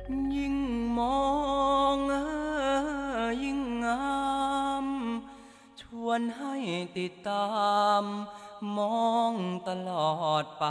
ยิ่งมองยิ่งงามชวนให้ติดตามมองตลอดไป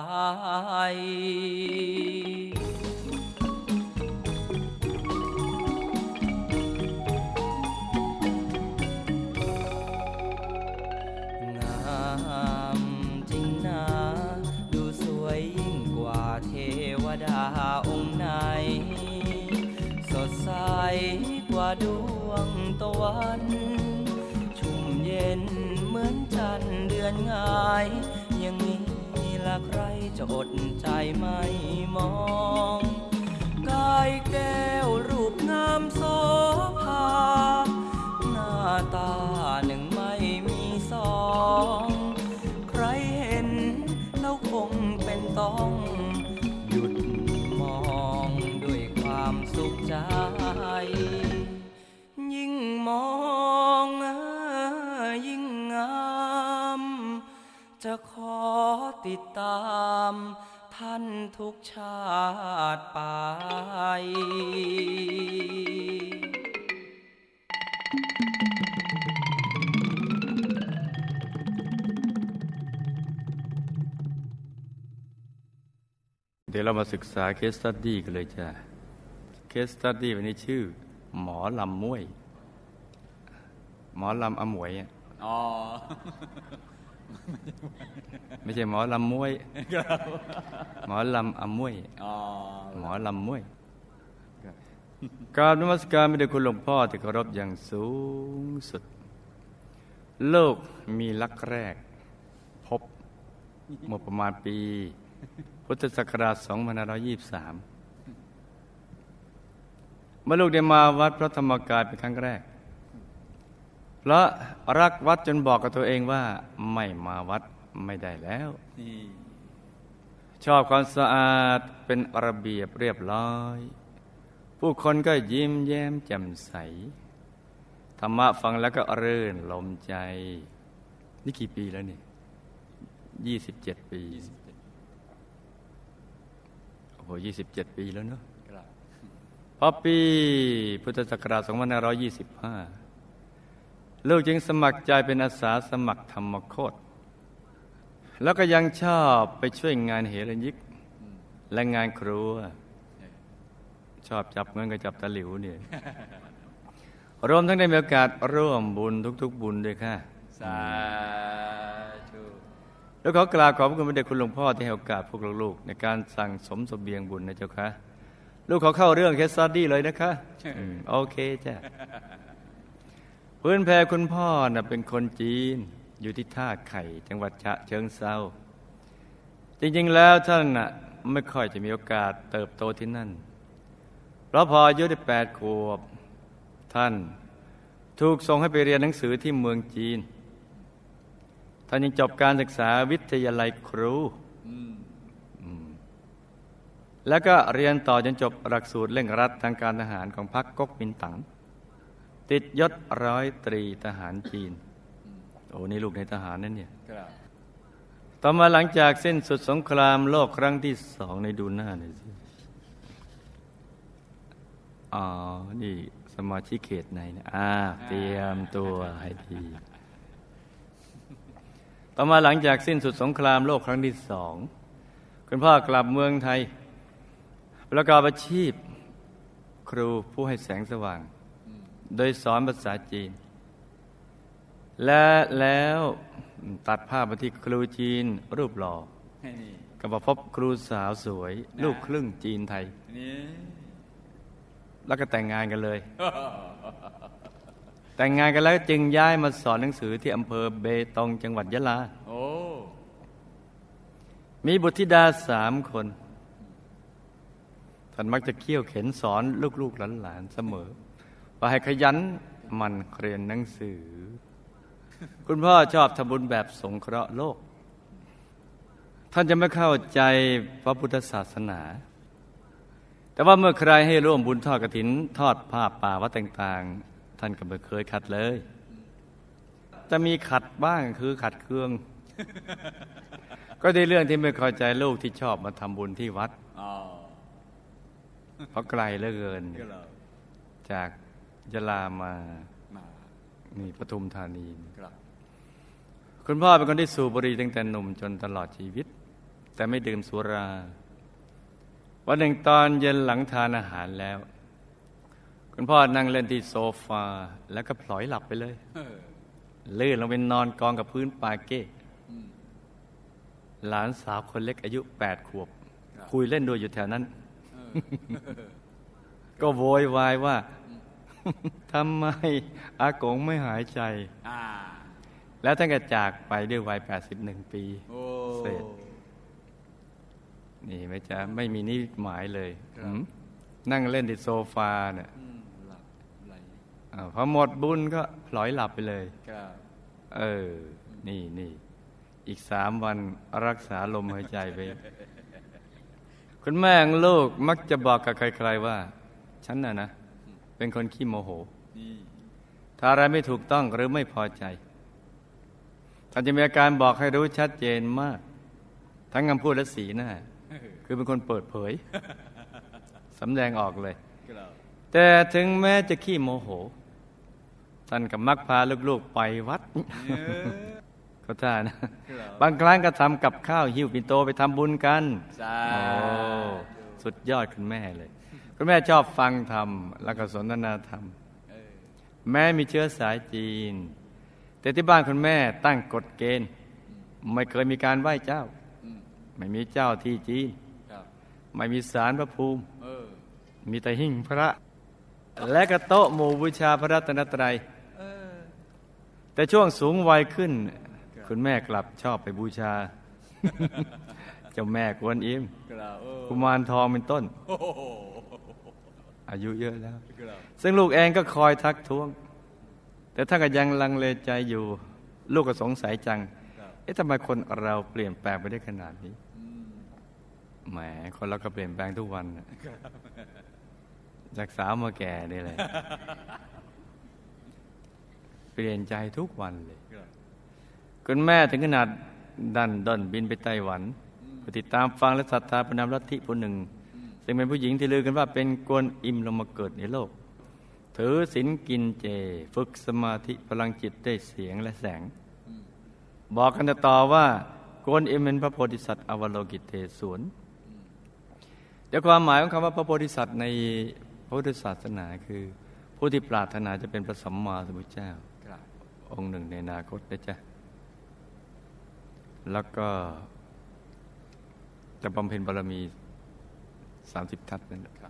งามจริงนะดูสวยยิ่งกว่าเทวดาองค์ไหนสดใสกว่าดวงตะวันชุ่มเย็นเหมือนจันทร์เดือนงายอย่างนี้ละใครจะอดใจไม่มองกายแก้วรูปงามโสภาหน้าตาหนึ่งไม่มีสองใครเห็นแล้วคงเป็นต้องหยุดมองด้วยความสุขใจยิ่งมองยิ่งงามจะขอติดตามท่านทุกชาติไปเดี๋ยวเรามาศึกษาเคสสตัดดี้กันเลยจ้ะเคสสตัดดี้วันนี้ชื่อหมอลำม้วยหมอลำอมวยอ๋อไม่ใช่หมอลำม้วยหมอลำอมวยหมอลำม้วยกราบนมัสการพระเดชคุณหลวงพ่อที่เคารพอย่างสูงสุดโลกมีรักแรกพบเมื่อประมาณปีพุทธศักราช 2523 เมื่อลูกได้มาวัดพระธรรมกายเป็นครั้งแรกเพราะรักวัดจนบอกกับตัวเองว่าไม่มาวัดไม่ได้แล้วชอบความสะอาดเป็นระเบียบเรียบร้อยผู้คนก็ยิ้มแย้มแจ่มใสธรรมะฟังแล้วก็รื่นลมใจนี่กี่ปีแล้วนี่27 ปีโอ้โห27 ปีแล้วเนอะพอปีพุทธศักราช 2525 ลูกจึงสมัครใจเป็นอาสาสมัครธรรมโคตรแล้วก็ยังชอบไปช่วยงานเหรัญญิกและงานครัวชอบจับเงินกับจับตะหลิวเนี่ยรวมทั้งได้มีโอกาสร่วมบุญทุกๆบุญด้วยค่ะสาธุแล้วขอกราบขอบคุณพระเดชคุณหลวงพ่อที่ให้โอกาสพวกลูกๆในการสั่งสมเสบียงบุญนะเจ้าค่ะลูกขอเข้าเรื่องเคสสตัดดี้เลยนะคะโอเคจ้ะพื้นเพคุณพ่อน่ะเป็นคนจีนอยู่ที่ท่าไข่จังหวัดฉะเชิงเทราจริงๆแล้วท่านน่ะไม่ค่อยจะมีโอกาสเติบโตที่นั่นเพราะพออายุได้8 ขวบท่านถูกส่งให้ไปเรียนหนังสือที่เมืองจีนท่านยังจบการศึกษาวิทยาลัยครูแล้วก็เรียนต่อจนจบหลักสูตรเร่งรัดทางการทหารของพรรคก๊กมินตั๋งติดยศร้อยตรีทหารจีนโอ้นี่ลูกในทหารนั่นเนี่ยต่อมาหลังจากสิ้นสุดสงครามโลกครั้งที่2ในดูหน้าหน่อยสิอ๋อนี่สมาชิกเขตไหนนะเตรียมตัวให้ดีต่อมาหลังจากสิ้นสุดสงครามโลกครั้งที่2คุณพ่อกลับเมืองไทยประกอบอาชีพครูผู้ให้แสงสว่างโดยสอนภาษาจีนและแล้วตัดภาพมาที่ครูจีนรูปหล่อก็มาพบครูสาวสวยลูกครึ่งจีนไทยแล้วก็แต่งงานกันเลย แต่งงานกันแล้วจึงย้ายมาสอนหนังสือที่อำเภอเบตงจังหวัดยะลามีบุตรธิดา3 คนท่านมักจะเคี่ยวเข็นสอนลูกๆหลานๆเสมอว่าให้ขยันหมั่นเรียนหนังสือคุณพ่อชอบทำบุญแบบสงเคราะห์โลกท่านจะไม่เข้าใจพระพุทธศาสนาแต่ว่าเมื่อใครให้ร่วมบุญทอดกฐินทอดผ้าป่าวัดต่างๆท่านก็ไม่เคยขัดเลยจะมีขัดบ้างคือขัดเคือง ก็ได้เรื่องที่ไม่เข้าใจลูกที่ชอบมาทำบุญที่วัดเพราะไกลเหลือเกินจากยะลามานี่ปทุมธานีคุณพ่อเป็นคนที่สูบบุหรี่ตั้งแต่หนุ่มจนตลอดชีวิตแต่ไม่ดื่มสุราวันหนึ่งตอนเย็นหลังทานอาหารแล้วคุณพ่อนั่งเล่นที่โซฟาแล้วก็พลอยหลับไปเลยลื่นลงไปนอนกองกับพื้นปาเก้หลานสาวคนเล็กอายุ8 ขวบคุยเล่นด้วยอยู่แถวนั้นก็โวยวายว่าทำไมอากงไม่หายใจแล้วท่านก็จากไปด้วยวัย81 ปีเศษนี่ไม่จะไม่มีนิหมายเลยนั่งเล่นที่โซฟาเนี่ยพอหมดบุญก็พลอยหลับไปเลยนี่อีก3 วันรักษาลมหายใจไปคุณแม่ของลูกมักจะบอกกับใครๆว่าฉันน่ะนะเป็นคนขี้โมโหถ้าอะไรไม่ถูกต้องหรือไม่พอใจท่านจะมีอาการบอกให้รู้ชัดเจนมากทั้งคำพูดและสีหน้าคือเป็นคนเปิดเผยสำแดงออกเลยแต่ถึงแม้จะขี้โมโหท่านก็มักพาลูกๆไปวัดเขาท่านะบางครั้งก็ทำกับข้าวหิ้วปิ่นโตไปทำบุญกันสุดยอดคุณแม่เลยคุณแม่ชอบฟังธรรมแล้วก็สนทนาธรรมแม้มีเชื้อสายจีนแต่ที่บ้านคุณแม่ตั้งกฎเกณฑ์ไม่เคยมีการไหว้เจ้าไม่มีเจ้าที่จีนไม่มีศาลพระภูมิมีแต่หิ้งพระและก็โต๊ะหมู่บูชาพระรัตนตรัยแต่ช่วงสูงวัยขึ้นคุณแม่กลับชอบไปบูชาเจ้าแม่กวนอิมกุมารทองเป็นต้นอายุเยอะแล้วซึ่งลูกเองก็คอยทักท้วงแต่ถ้าก็ยังลังเลใจอยู่ลูกก็สงสัยจังทำไมคนเราเปลี่ยนแปลงไปได้ขนาดนี้แหมคนเราก็เปลี่ยนแปลงทุกวันจากสาวมาแก่นี่เลยเปลี่ยนใจทุกวันเลยคุณแม่ถึงขนาดดันด้นบินไปไต้หวันไปติดตามฟังและศรัทธาผู้นำลัทธิผู้หนึ่งซึ่งเป็นผู้หญิงที่ลือกันว่าเป็นกวนอิมลงมาเกิดในโลกถือศีลกินเจฝึกสมาธิพลังจิตได้เสียงและแสงบอกกันต่อว่ากวนอิมเป็นพระโพธิสัตว์อวโลกิเตศวรแต่ความหมายของคำว่าพระโพธิสัตว์ในพระพุทธศาสนาคือผู้ที่ปรารถนาจะเป็นพระสัมมาสัมพุทธเจ้าองค์หนึ่งในอนาคตนะจ๊ะแล้วก็จะบำเพ็ญบารมี30 ทัศนั่นแหละ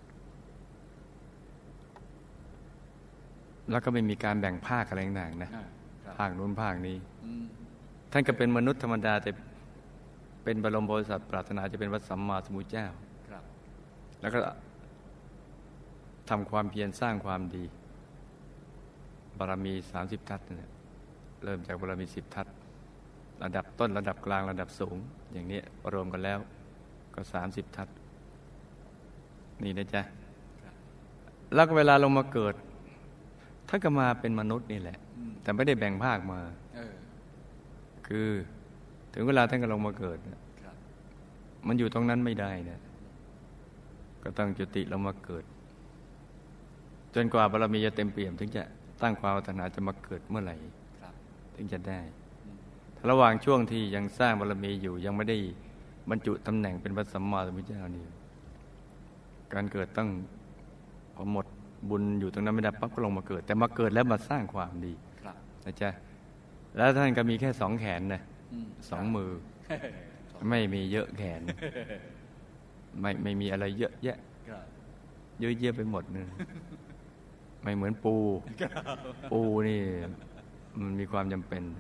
แล้วก็ไม่มีการแบ่งภาคอะไรต่างๆนะภาคนู้นภาคนี้ท่านก็เป็นมนุษย์ธรรมดาแต่เป็นบรมโพธิสัตว์ปรารถนาจะเป็นพระสัมมาสัมพุทธเจ้าแล้วก็ทำความเพียรสร้างความดีบารมี30 ทัศเนี่ยเริ่มจากบารมี10 ทัศระดับต้นระดับกลางระดับสูงอย่างนี้รวมกันแล้วก็30 ทัศนี่นะจ๊ะแล้วก็เวลาลงมาเกิดท่านก็มาเป็นมนุษย์นี่แหละแต่ไม่ได้แบ่งภาคมาคือถึงเวลาท่านก็ลงมาเกิดมันอยู่ตรงนั้นไม่ได้นะก็ต้องจุติลงมาเกิดจนกว่าบารมีจะเต็มเปี่ยมถึงจะตั้งความปรารถนาจะมาเกิดเมื่อไหร่ถึงจะได้ระหว่างช่วงที่ยังสร้างบารมีอยู่ยังไม่ได้บรรจุตำแหน่งเป็นพระสัมมาสัมพุทธเจ้านี่การเกิดต้องพอหมดบุญอยู่ตรงนั้นไม่ได้ปั๊บก็ลงมาเกิดแต่มาเกิดแล้วมาสร้างความดีนะจ๊ะแล้วท่านก็มีแค่2 แขนนะ2 มือไม่มีเยอะแขนไม่มีอะไรเยอะแยะเยอะแยะไปหมดเนี่ยไม่เหมือนปูนี่มันมีความจำเป็น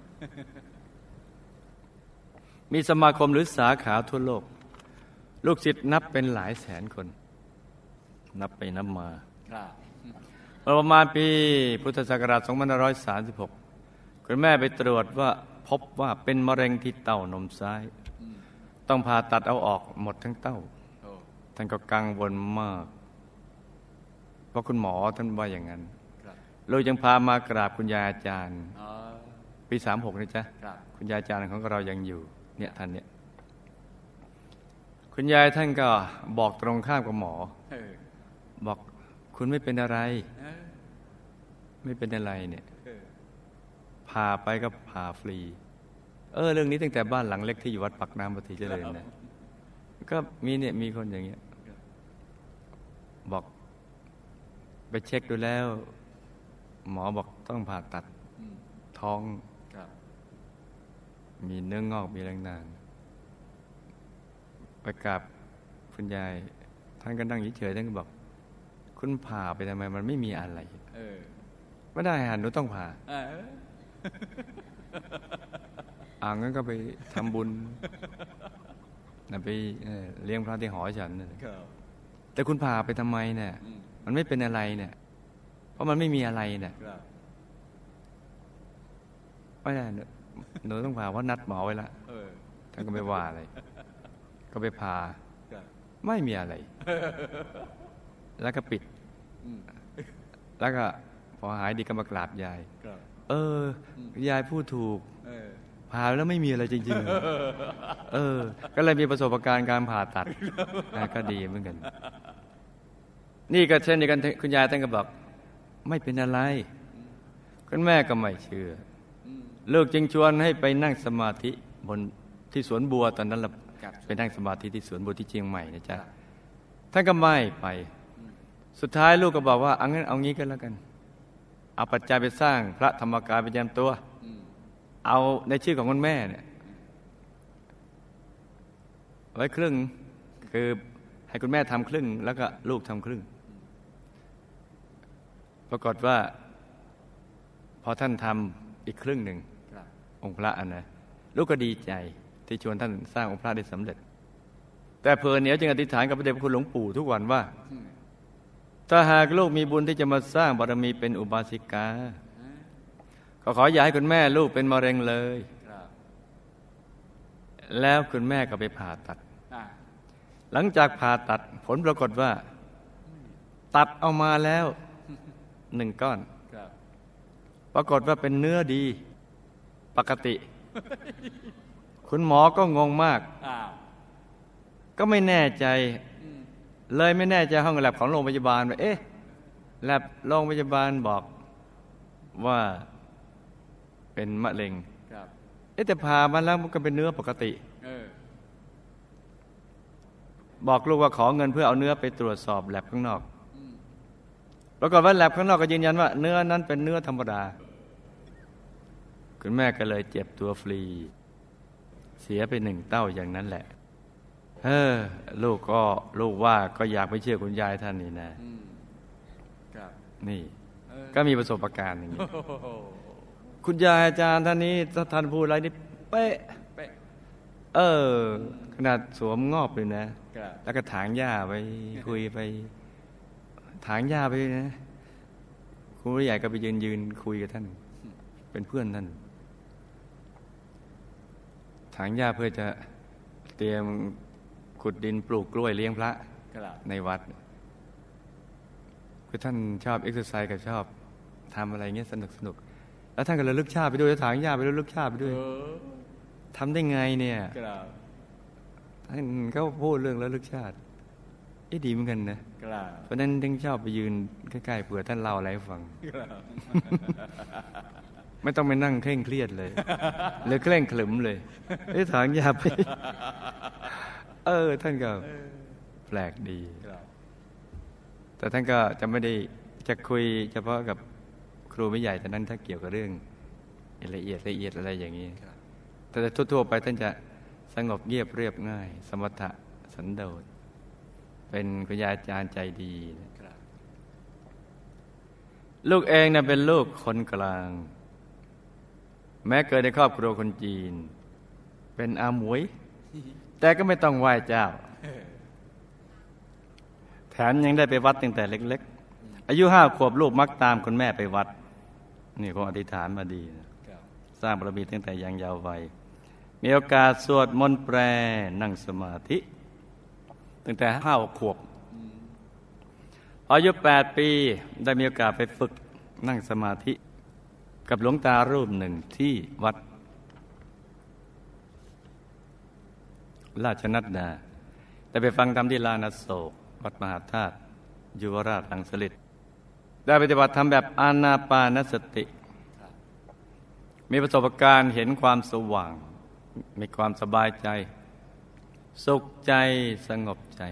มีสมาคมหรือสาขาทั่วโลกลูกศิษย์นับเป็นหลายแสนคนนับไปนับมาประมาณปีพุทธศักราช 2536 คุณแม่ไปตรวจว่าพบว่าเป็นมะเร็งที่เต้านมซ้ายต้องผ่าตัดเอาออกหมดทั้งเต้าท่านก็กังวลมากเพราะคุณหมอท่านว่าอย่างนั้นลูกยังพามากราบคุณยายอาจารย์ปี 36 นะจ๊ะคุณยายอาจารย์ของเรายังอยู่เนี่ยท่านเนี่ยคุณยายท่านก็บอกตรงข้ามกับหมอบอกคุณไม่เป็นอะไรไม่เป็นอะไรเนี่ยพาไปก็พาฟรีเรื่องนี้ตั้งแต่บ้านหลังเล็กที่อยู่วัดปากน้ำปฏิเจริญนะก็มีคนอย่างเงี้ยบอกไปเช็คดูแล้วหมอบอกต้องผ่าตัดท้องมีเนื้องอกมีแรงนานไปกราบคุณยายท่านก็นั่งเฉยๆท่านก็บอกคุณผ่าไปทำไมมันไม่มีอะไรไม่ได้หนูต้องผ่างั้นก็ไปทำบุญไปเลี้ยงพระที่หอฉันแต่คุณผ่าไปทำไมเนี่ยมันไม่เป็นอะไรเนี่ยเพราะมันไม่มีอะไรเนี่ยไม่ได้หนูต้องผ่าเพราะนัดหมอไว้ละท่านก็ไม่ว่าอะไรก็ไปผ่าไม่มีอะไรแล้วก็ปิดแล้วก็พอหายดีก็มากราบยายยายพูดถูกผ่าแล้วไม่มีอะไรจริงๆก็เลยมีประสบการณ์การผ่าตัดก็ดีเหมือนกันนี่ก็เช่นเดียวกันคุณยายท่านก็บอกไม่เป็นอะไรคุณแม่ก็ไม่เชื่อลูกจึงชวนให้ไปนั่งสมาธิบนที่สวนบัวตอนนั้นเราไปนั่งสมาธิที่สวนบัวที่เชียงใหม่นะจ๊ะท่านก็ไม่ไปสุดท้ายลูกก็บอกว่างั้นเอางี้กันแล้วกันเอาปัจจัยไปสร้างพระธรรมกายประจำตัวเอาในชื่อของคุณแม่เนี่ยไว้ครึ่งคือให้คุณแม่ทำครึ่งแล้วก็ลูกทำครึ่งปรากฏว่าพอท่านทำอีกครึ่งหนึ่งองค์พระนะลูกก็ดีใจที่ชวนท่านสร้างองค์พระได้สำเร็จแต่เพลินเหนียวจึงอธิษฐานกับพระเดชพระคุณหลวงปู่ทุกวันว่าถ้าหากลูกมีบุญที่จะมาสร้างบารมีเป็นอุบาสิกาก็ขออย่าให้คุณแม่ลูกเป็นมะเร็งเลยแล้วคุณแม่ก็ไปผ่าตัดหลังจากผ่าตัดผลปรากฏว่าตัดเอามาแล้ว1 ก้อนปรากฏว่าเป็นเนื้อดีปกติคุณหมอก็งงมากก็ไม่แน่ใจเลยไม่แน่ใจห้องแลบของโรงพยาบาลว่าแลบโรงพยาบาลบอกว่าเป็นมะเร็งแต่ผ่ามาแล้วมันก็เป็นเนื้อปกติบอกลูกว่าขอเงินเพื่อเอาเนื้อไปตรวจสอบแลบข้างนอกปรากฏว่าแลบข้างนอกก็ยืนยันว่าเนื้อนั้นเป็นเนื้อธรรมดาคุณแม่ก็เลยเจ็บตัวฟรีเสียไป1 เต้าอย่างนั้นแหละลูกว่าก็อยากไปเชื่อคุณยายท่านนี่นะนี่ก็มีประสบการณ์อย่างนี้คุณยายอาจารย์ท่านนี้ถ้าท่านพูดอะไรนี่เป๊ะขนาดสวมงอบเลยนะแล้วก็ถางหญ้าไปคุยไปถางหญ้าไปนะครูใหญ่ก็ไปยืนคุยกับท่านเป็นเพื่อนท่านถางหญ้าเพื่อจะเตรียมขุดดินปลูกกล้วยเลี้ยงพระในวัดคือท่านชอบเอ็กซ์ไซส์กับชอบทำอะไรเงี้ยสนุกแล้วท่านก็ระลึกชาติไปด้วยถางหญ้าไประลึกชาติไปด้วยทำได้ไงเนี่ยท่านก็พูดเรื่องระลึกชาติดีเหมือนกันนะเพราะนั้นถึงชอบไปยืนใกล้ๆเผื่อท่านเล่าอะไรให้ฟังไม่ต้องไปนั่งเคร่งเครียดเลยหรือเคร่งขรึมเลยถางหญ้าไปท่านก็แปลกดีแต่ท่านก็จะไม่ได้จะคุยเฉพาะกับครูไม่ใหญ่แต่นั้นถ้าเกี่ยวกับเรื่องละเอียดอะไรอย่างนี้แต่ทั่วๆไปท่านจะสงบเงียบเรียบง่ายสมถะสันโดษเป็นคุณยายอาจารย์ใจดีลูกเองนะเป็นลูกคนกลางแม้เกิดในครอบครัวคนจีนเป็นอาหมวยแต่ก็ไม่ต้องไหว้เจ้าแถมยังได้ไปวัดตั้งแต่เล็กๆอายุ5 ขวบลูกมักตามคุณแม่ไปวัดนี่คงอธิษฐานมาดีนะสร้างบารมีตั้งแต่ยังเยาว์วัยมีโอกาสสวดมนต์แปรนั่งสมาธิตั้งแต่5 ขวบอายุ8 ปีได้มีโอกาสไปฝึกนั่งสมาธิกับหลวงตารูปหนึ่งที่วัดราชนัดดาแต่ไปฟังธรรมที่ลานอโศกวัดมหาธาตุยุวราชรังสฤษดิ์ได้ปฏิบัติทำแบบอานาปานสติมีประสบการณ์เห็นความสว่างมีความสบายใจสุขใจสงบใจ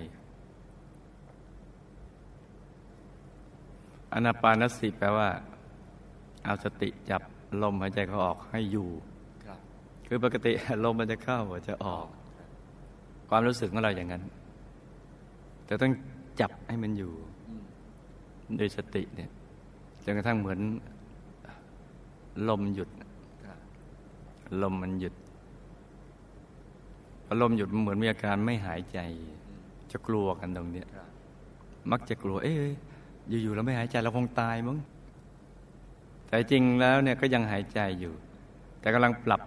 อานาปานสติแปลว่าเอาสติจับลมหายใจเขาออกให้อยู่คือปกติลมมันจะเข้าจะออกความรู้สึกของเราอย่างนั้นแต่ต้องจับให้มันอยู่โดยสติเนี่ยจนกระทั่งเหมือนลมหยุดลมมันหยุดพอลมหยุดมันเหมือนมีอาการไม่หายใจจะกลัวกันตรงนี้มักจะกลัวอยู่ๆเราไม่หายใจเราคงตายมั้งแต่จริงแล้วเนี่ยก็ยังหายใจอยู่แต่กำลังปรับ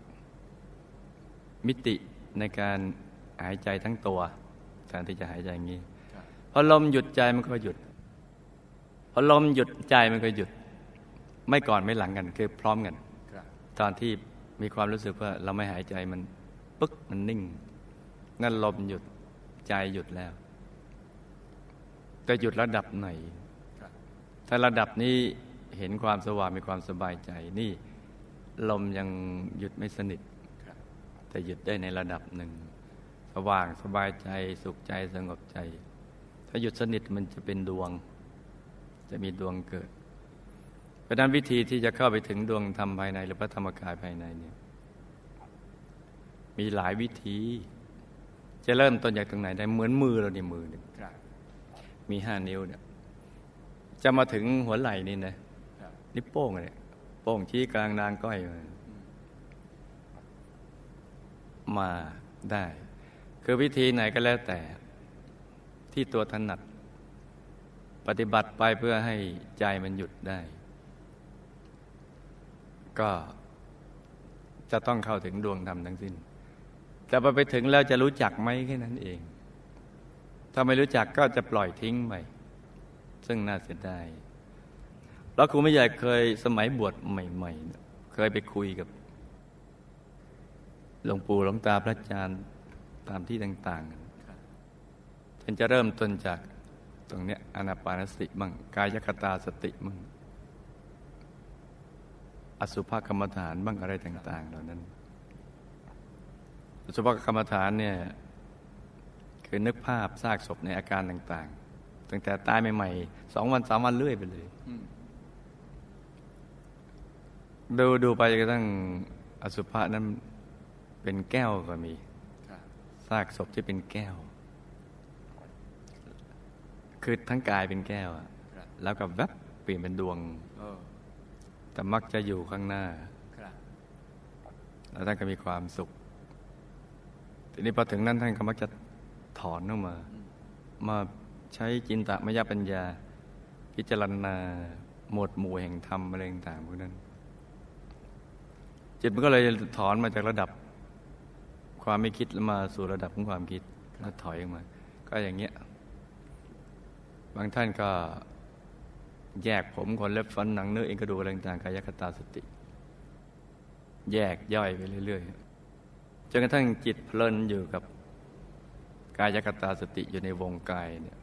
มิติในการหายใจทั้งตัวแทนที่จะหายใจอย่างนี้พอลมหยุดใจมันก็หยุดพอลมหยุดใจมันก็หยุดไม่ก่อนไม่หลังกันคือพร้อมกันตอนที่มีความรู้สึกว่าเราไม่หายใจมันปึ๊กมันนิ่งนั่นลมหยุดใจหยุดแล้วแต่หยุดระดับไหนถ้าระดับนี้เห็นความสว่างมีความสบายใจนี่ลมยังหยุดไม่สนิทแต่หยุดได้ในระดับหนึ่งสว่างสบายใจสุขใจสงบใจถ้าหยุดสนิทมันจะเป็นดวงจะมีดวงเกิดเพราะนั้นวิธีที่จะเข้าไปถึงดวงธรรมภายในหรือพระธรรมกายภายในเนี่ยมีหลายวิธีจะเริ่มต้นจากตรงไหนได้เหมือนมือเรานี่มือหนึ่งมี5 นิ้วเนี่ยจะมาถึงหัวไหล่นี่นะนิ้วโป้งเนี่ยโป้งชี้กลางนางก้อยมาได้คือวิธีไหนก็แล้วแต่ที่ตัวถนัดปฏิบัติไปเพื่อให้ใจมันหยุดได้ก็จะต้องเข้าถึงดวงธรรมทั้งสิ้นแต่พอไปถึงแล้วจะรู้จักไหมแค่นั้นเองถ้าไม่รู้จักก็จะปล่อยทิ้งไปซึ่งน่าเสียดายแล้วครูไม่ใหญ่เคยสมัยบวชใหม่ๆเคยไปคุยกับหลวงปู่หลวงตาพระอาจารย์ตามที่ต่างๆท่านจะเริ่มต้นจากตรงเนี้ยอานาปานสติมั่งกายคตาสติมั่งอสุภกรรมฐานบ้างอะไรต่างๆเหล่านั้นอสุภกรรมฐานเนี่ยคือนึกภาพซากศพในอาการต่างๆตั้งแต่ตายใหม่ๆ2 วัน 3 วันเรื่อยไปเลยดูไปจนกระทั่งอสุภะนั้นเป็นแก้วก็มีซากศพที่เป็นแก้วคือทั้งกายเป็นแก้วแล้วก็แวบเปลี่ยนเป็นดวงแต่มักจะอยู่ข้างหน้าแล้วท่านก็มีความสุขทีนี้พอถึงนั้นท่านก็มักจะถอนออกมาใช้จินตมยปัญญาพิจารณาหมวดหมู่แห่งธรรมอะไรต่างๆพวกนั้นจิตมันก็เลยถอนมาจากระดับความไม่คิดแล้วมาสู่ระดับของความคิดแล้วถอยออกมาก็อย่างเงี้ยบางท่านก็แยกผมขนเล็บฟันหนังเนื้อเอ็นกระดูกอะไรต่างๆกายคตาสติแยกย่อยไปเรื่อยๆจนกระทั่งจิตเพลินอยู่กับกายคตาสติอยู่ในวงกายเนี่ย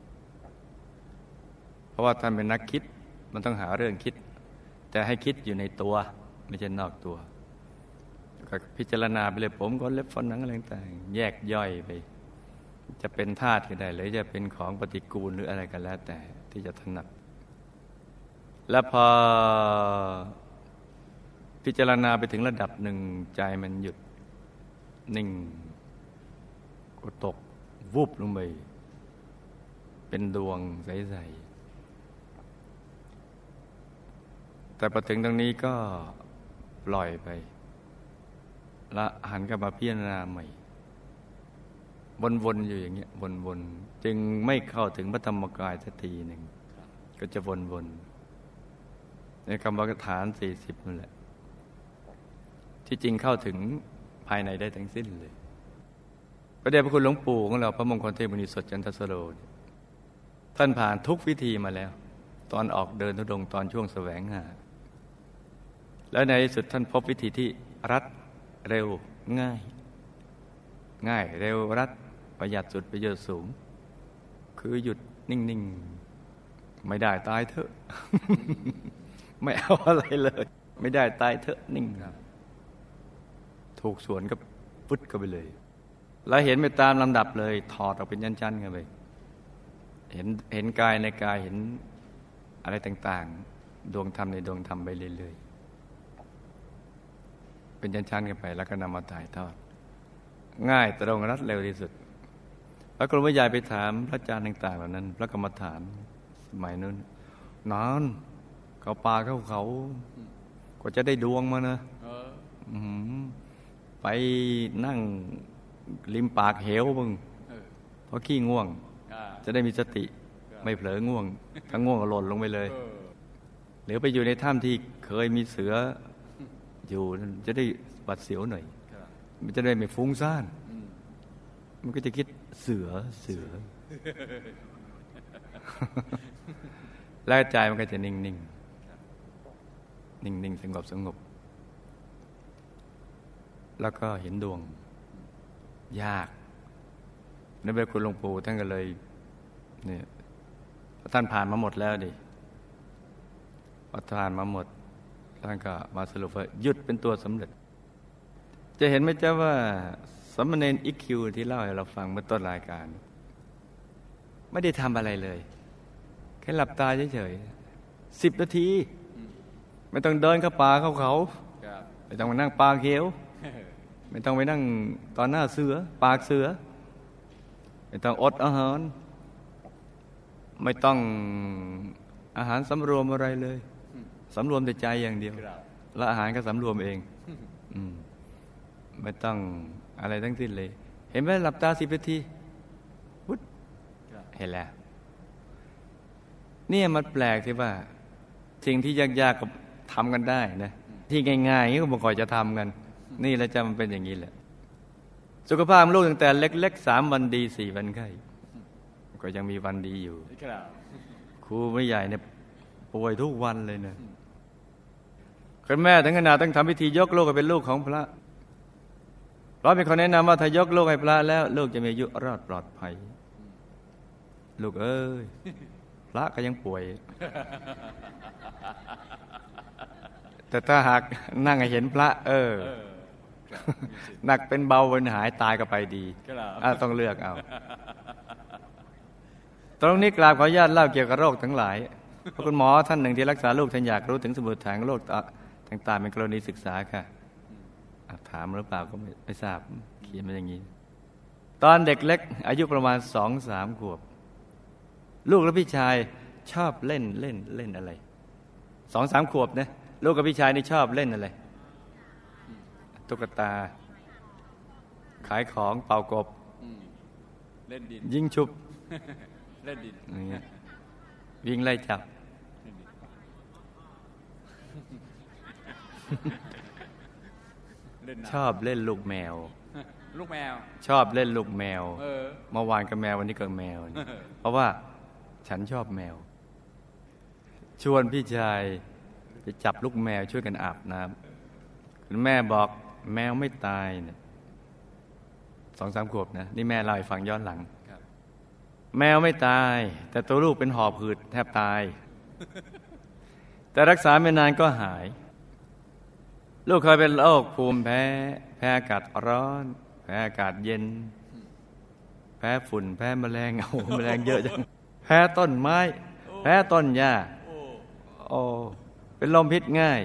เพราะว่าท่านเป็นนักคิดมันต้องหาเรื่องคิดแต่ให้คิดอยู่ในตัวไม่ใช่นอกตัวก็พิจารณาไปเลยผมขนเล็บฟันหนังอะไรต่างๆแยกย่อยไปจะเป็นธาตุก็ได้หรือจะเป็นของปฏิกูลหรืออะไรก็แล้วแต่ที่จะถนัดแล้วพอพิจารณาไปถึงระดับหนึ่งใจมันหยุดนิ่งก็ตกวูบลงไปเป็นดวงใสๆแต่พอถึงตรงนี้ก็ปล่อยไปละหันกลับมาพิจารณาใหม่วนๆอยู่อย่างเงี้ยวนๆจึงไม่เข้าถึงพระธรรมกายสักทีหนึ่งก็จะวนๆในกรรมฐาน40นั่นแหละที่จริงเข้าถึงภายในได้ทั้งสิ้นเลยพระเดชพระคุณหลวงปู่ของเราพระมงคลเทพมุนีสดจันทสโรท่านผ่านทุกวิธีมาแล้วตอนออกเดินธุดงค์ตอนช่วงแสวงหาแล้วในที่สุดท่านพบวิธีที่รัดเร็วง่ายเร็วรัดประหยัดสุดประโยชน์สูงคือหยุดนิ่งๆไม่ได้ตายเถอะ ไม่เอาอะไรเลย ไม่ได้ตายเถอะนิ่งถูกสวนก็พุดก็ไปเลยแล้วเห็นไปตามลำดับเลยถอดออกเป็นชั้นๆกันไปเห็นกายในกายเห็นอะไรต่างๆดวงธรรมในดวงธรรมไปเรื่อยๆเป็นชั้นๆกันไปแล้วก็นำมาถ่ายทอดง่ายตรงรัดเร็วที่สุดพระกรมวิทยาไปถามพระอาจารย์ต่างๆเหล่านั้นพระกรรมฐานสมัยนั้นนานเขาป่าเขาก็จะได้ดวงมานะไปนั่งริมปากเหวมึงเพราะขี้ง่วงจะได้มีสติไม่เผลอง่วงถ้าง่วงก็หล่นลงไปเลยหรือไปอยู่ในถ้ำที่เคยมีเสืออยู่จะได้หวาดเสียวหน่อยมันจะได้ไม่ฟุ้งซ่านมันก็จะคิดเสือแล้วใจมันก็จะนิ่งสงบแล้วก็เห็นดวงยากนั่นเป็นคุณหลวงปู่ท่านก็เลยเนี่ยท่านผ่านมาหมดแล้วดิพอผ่านมาหมดท่านก็มาสรุปว่าหยุดเป็นตัวสำเร็จจะเห็นไหมจ๊ะว่าสมณเณรอิคิวที่เล่าให้เราฟังเมื่อต้นรายการไม่ได้ทำอะไรเลยแค่หลับตาเฉยๆ10 นาทีไม่ต้องเดินเข้าป่าเข้าเขาไม่ต้องมานั่งปากเขียวไม่ต้องไปนั่งตอนหน้าเสือปากเสือไม่ต้องอดอาหารไม่ต้องอาหารสำรวมอะไรเลยสำรวมแต่ใจอย่างเดียวแล้วอาหารก็สำรวมเองไม่ต้องอะไรทั้งสิ้นเลยเห็นไหมหลับตา10 นาทีวุ๊ดเห็นแล้วเนี่ยมันแปลกที่ว่าสิ่งที่ยากๆก็ทำกันได้นะที่ง่ายๆก็บ่ค่อยจะทำกันนี่แหละจะมันเป็นอย่างนี้แหละสุขภาพลูกตั้งแต่เล็กๆ3 วันดี4 วันไข้ก็ยังมีวันดีอยู่ครูไม่ใหญ่เนี่ยป่วยทุกวันเลยนะคุณแม่ถึงขนาดต้องทำพิธียกลูกให้เป็นลูกของพระเพราะมีคนแนะนำว่าถ้ายกลูกให้พระแล้วลูกจะมีอายุรอดปลอดภัยลูกเอ้ยพระก็ยังป่วยแต่ถ้าหากนั่งให้เห็นพระหนักเป็นเบาวันหายตายก็ไปดีต้องเลือกเอาตรงนี้กราบขออนุญาตเล่าเกี่ยวกับโรคทั้งหลายเพราะคุณหมอท่านหนึ่งที่รักษาลูกท่านอยากรู้ถึงสมุดฐานโรคต่างๆเป็นกรณีศึกษาค่ะถามหรือเปล่าก็ไม่ทราบเขียนมาอย่างนี้ตอนเด็กเล็กอายุประมาณ 2-3 ขวบลูกและพี่ชายชอบเล่นอะไร 2-3 ขวบนะลูกกับพี่ชายนี่ชอบเล่นอะไรตุ๊กตาขายของเป่ากบเล่นดินยิงชุบเล่นดินอย่างเงี้ยวิ่งไล่จับชอบเล่นลูกแมวชอบเล่นลูกแมวเมื่อวานก็แมววันนี้ก็แมวเพราะว่าฉันชอบแมวชวนพี่ชายไปจับลูกแมวช่วยกันอาบน้ำคุณแม่บอกแมวไม่ตายเนี่ย 2-3 ขวบนะนี่แม่เล่าให้ฟังย้อนหลังแมวไม่ตายแต่ตัวลูกเป็นหอบหืดแทบตายแต่รักษาไม่นานก็หายลูกเคยเป็นโรคภูมิแพ้อากาศร้อนแพ้อากาศเย็นแพ้ฝุ่นแพ้แมลงแมลงเยอะจังแพ้ต้นไม้แพ้ต้นหญ้าเป็นลมพิษง่าย